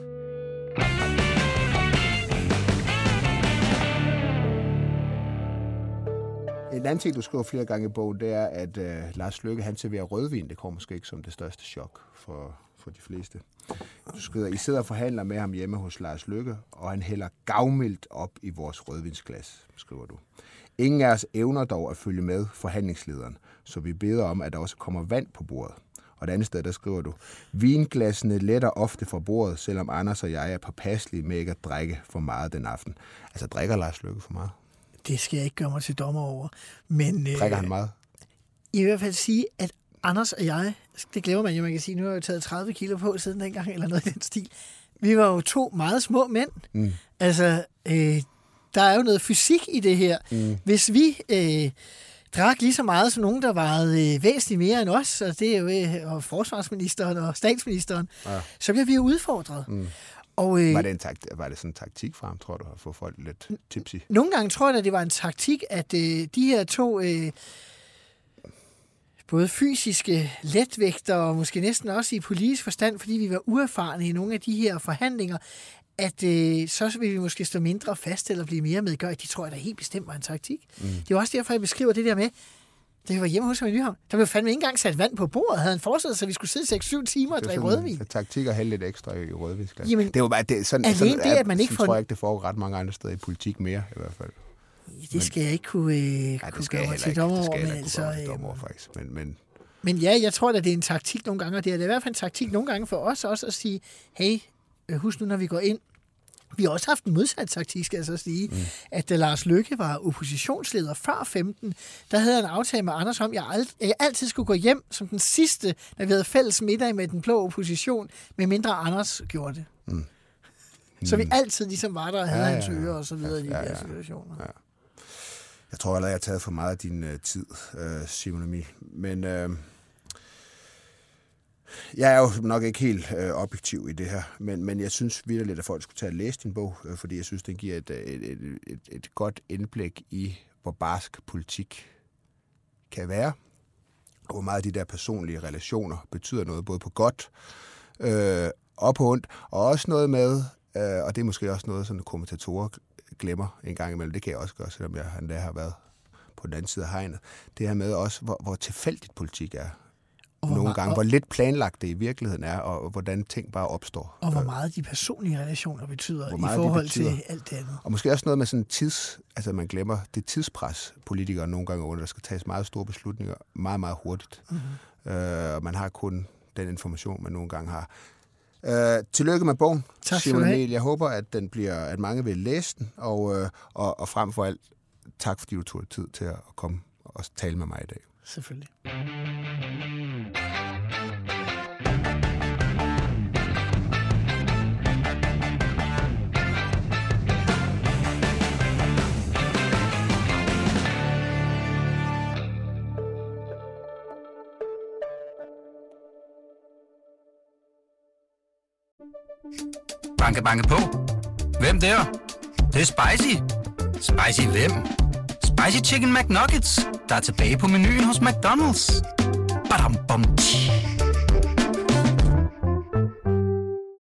En anden ting, du skriver flere gange i bogen, det er, at øh, Lars Løkke, han serverer rødvin. Det kommer måske ikke som det største chok for, for de fleste. Du skriver, I sidder og forhandler med ham hjemme hos Lars Løkke, og han hælder gavmildt op i vores rødvinsglas, skriver du. Ingen af os evner dog at følge med forhandlingslederen, så vi beder om, at der også kommer vand på bordet. Og det andet sted, der skriver du, vinglassene letter ofte fra bordet, selvom Anders og jeg er påpasselige med ikke at drikke for meget den aften. Altså, drikker Lars Løkke for meget? Det skal jeg ikke gøre mig til dommer over. Men, drikker øh, han meget? I hvert fald sige, at Anders og jeg, det glemmer man jo, man kan sige, nu har jeg jo taget tredive kilo på siden dengang, eller noget i den stil. Vi var jo to meget små mænd. Mm. Altså, øh, der er jo noget fysik i det her. Mm. Hvis vi øh, drak lige så meget som nogen, der vejede øh, væsentligt mere end os, og det er jo øh, og forsvarsministeren og statsministeren, ja. Så bliver vi jo udfordret. Mm. Og, øh, var, det en takt, var det sådan en taktik fra ham, tror du, at få folk lidt tipsy? Nogle gange tror jeg, at det var en taktik, at øh, de her to... Øh, både fysiske letvægter og måske næsten også i politisk forstand, fordi vi var uerfarne i nogle af de her forhandlinger, at øh, så ville vi måske stå mindre fast eller blive mere medgør. De tror jeg da helt bestemt var en taktik. Mm. Det var også derfor, jeg beskriver det der med, da vi var hjemme hos mig i Nyhavn, der blev fandme ikke engang sat vand på bordet, havde han forestillet sig, at vi skulle sidde seks syv timer og drikke rødvin. Så taktik og hælde lidt ekstra i rødvinsglas. Jamen, det er jo bare, det, sådan, alene sådan, det, at man ikke får... tror jeg ikke, det foregår ret mange andre steder i politik mere, i hvert fald. Det skal jeg ikke kunne, øh, nej, kunne gøre mig til dommer over, men altså... Dommer, faktisk. Men, men... men ja, jeg tror, at det er en taktik nogle gange, og det er i hvert fald en taktik nogle gange for os også at sige, hey, husk nu, når vi går ind. Vi har også haft en modsat taktik, skal jeg så sige, mm. at da Lars Løkke var oppositionsleder før femten, der havde jeg en aftale med Anders om, at jeg, ald- jeg altid skulle gå hjem som den sidste, når vi havde fælles middag med den blå opposition, med mindre Anders gjorde det. Mm. Så vi altid ligesom var der og havde ja, hans ører og så videre ja, i de ja, der situationer. Ja. Jeg tror allerede, jeg har taget for meget af din uh, tid, uh, Simon Emil. Men uh, jeg er jo nok ikke helt uh, objektiv i det her, men, men jeg synes virkelig, at folk skulle tage og læse din bog, uh, fordi jeg synes, den giver et, et, et, et, et godt indblik i, hvor barsk politik kan være, og hvor meget de der personlige relationer betyder noget, både på godt uh, og på ondt, og også noget med, uh, og det er måske også noget, som kommentatorer glemmer en gang imellem. Det kan jeg også gøre, selvom jeg endda har været på den anden side af hegnet. Det her med også, hvor, hvor tilfældigt politik er. Og nogle meget, gange, og, hvor lidt planlagt det i virkeligheden er, og hvordan ting bare opstår. Og hvor meget de personlige relationer betyder i forhold betyder. til alt det andet. Og måske også noget med sådan tids... Altså man glemmer det tidspres, politikere nogle gange under, der skal tages meget store beslutninger meget, meget hurtigt. Mm-hmm. Øh, og man har kun den information, man nogle gange har. Uh, tillykke med bogen, Simon Emil. Jeg håber, at den bliver, at mange vil læse den, og, uh, og, og frem for alt, tak fordi du tog tid til at komme og tale med mig i dag. Selvfølgelig. Banke, banke på. Hvem der? Det, det er spicy. Spicy hvem? Spicy Chicken McNuggets, der er tilbage på menuen hos McDonald's. Badum, bom, tji.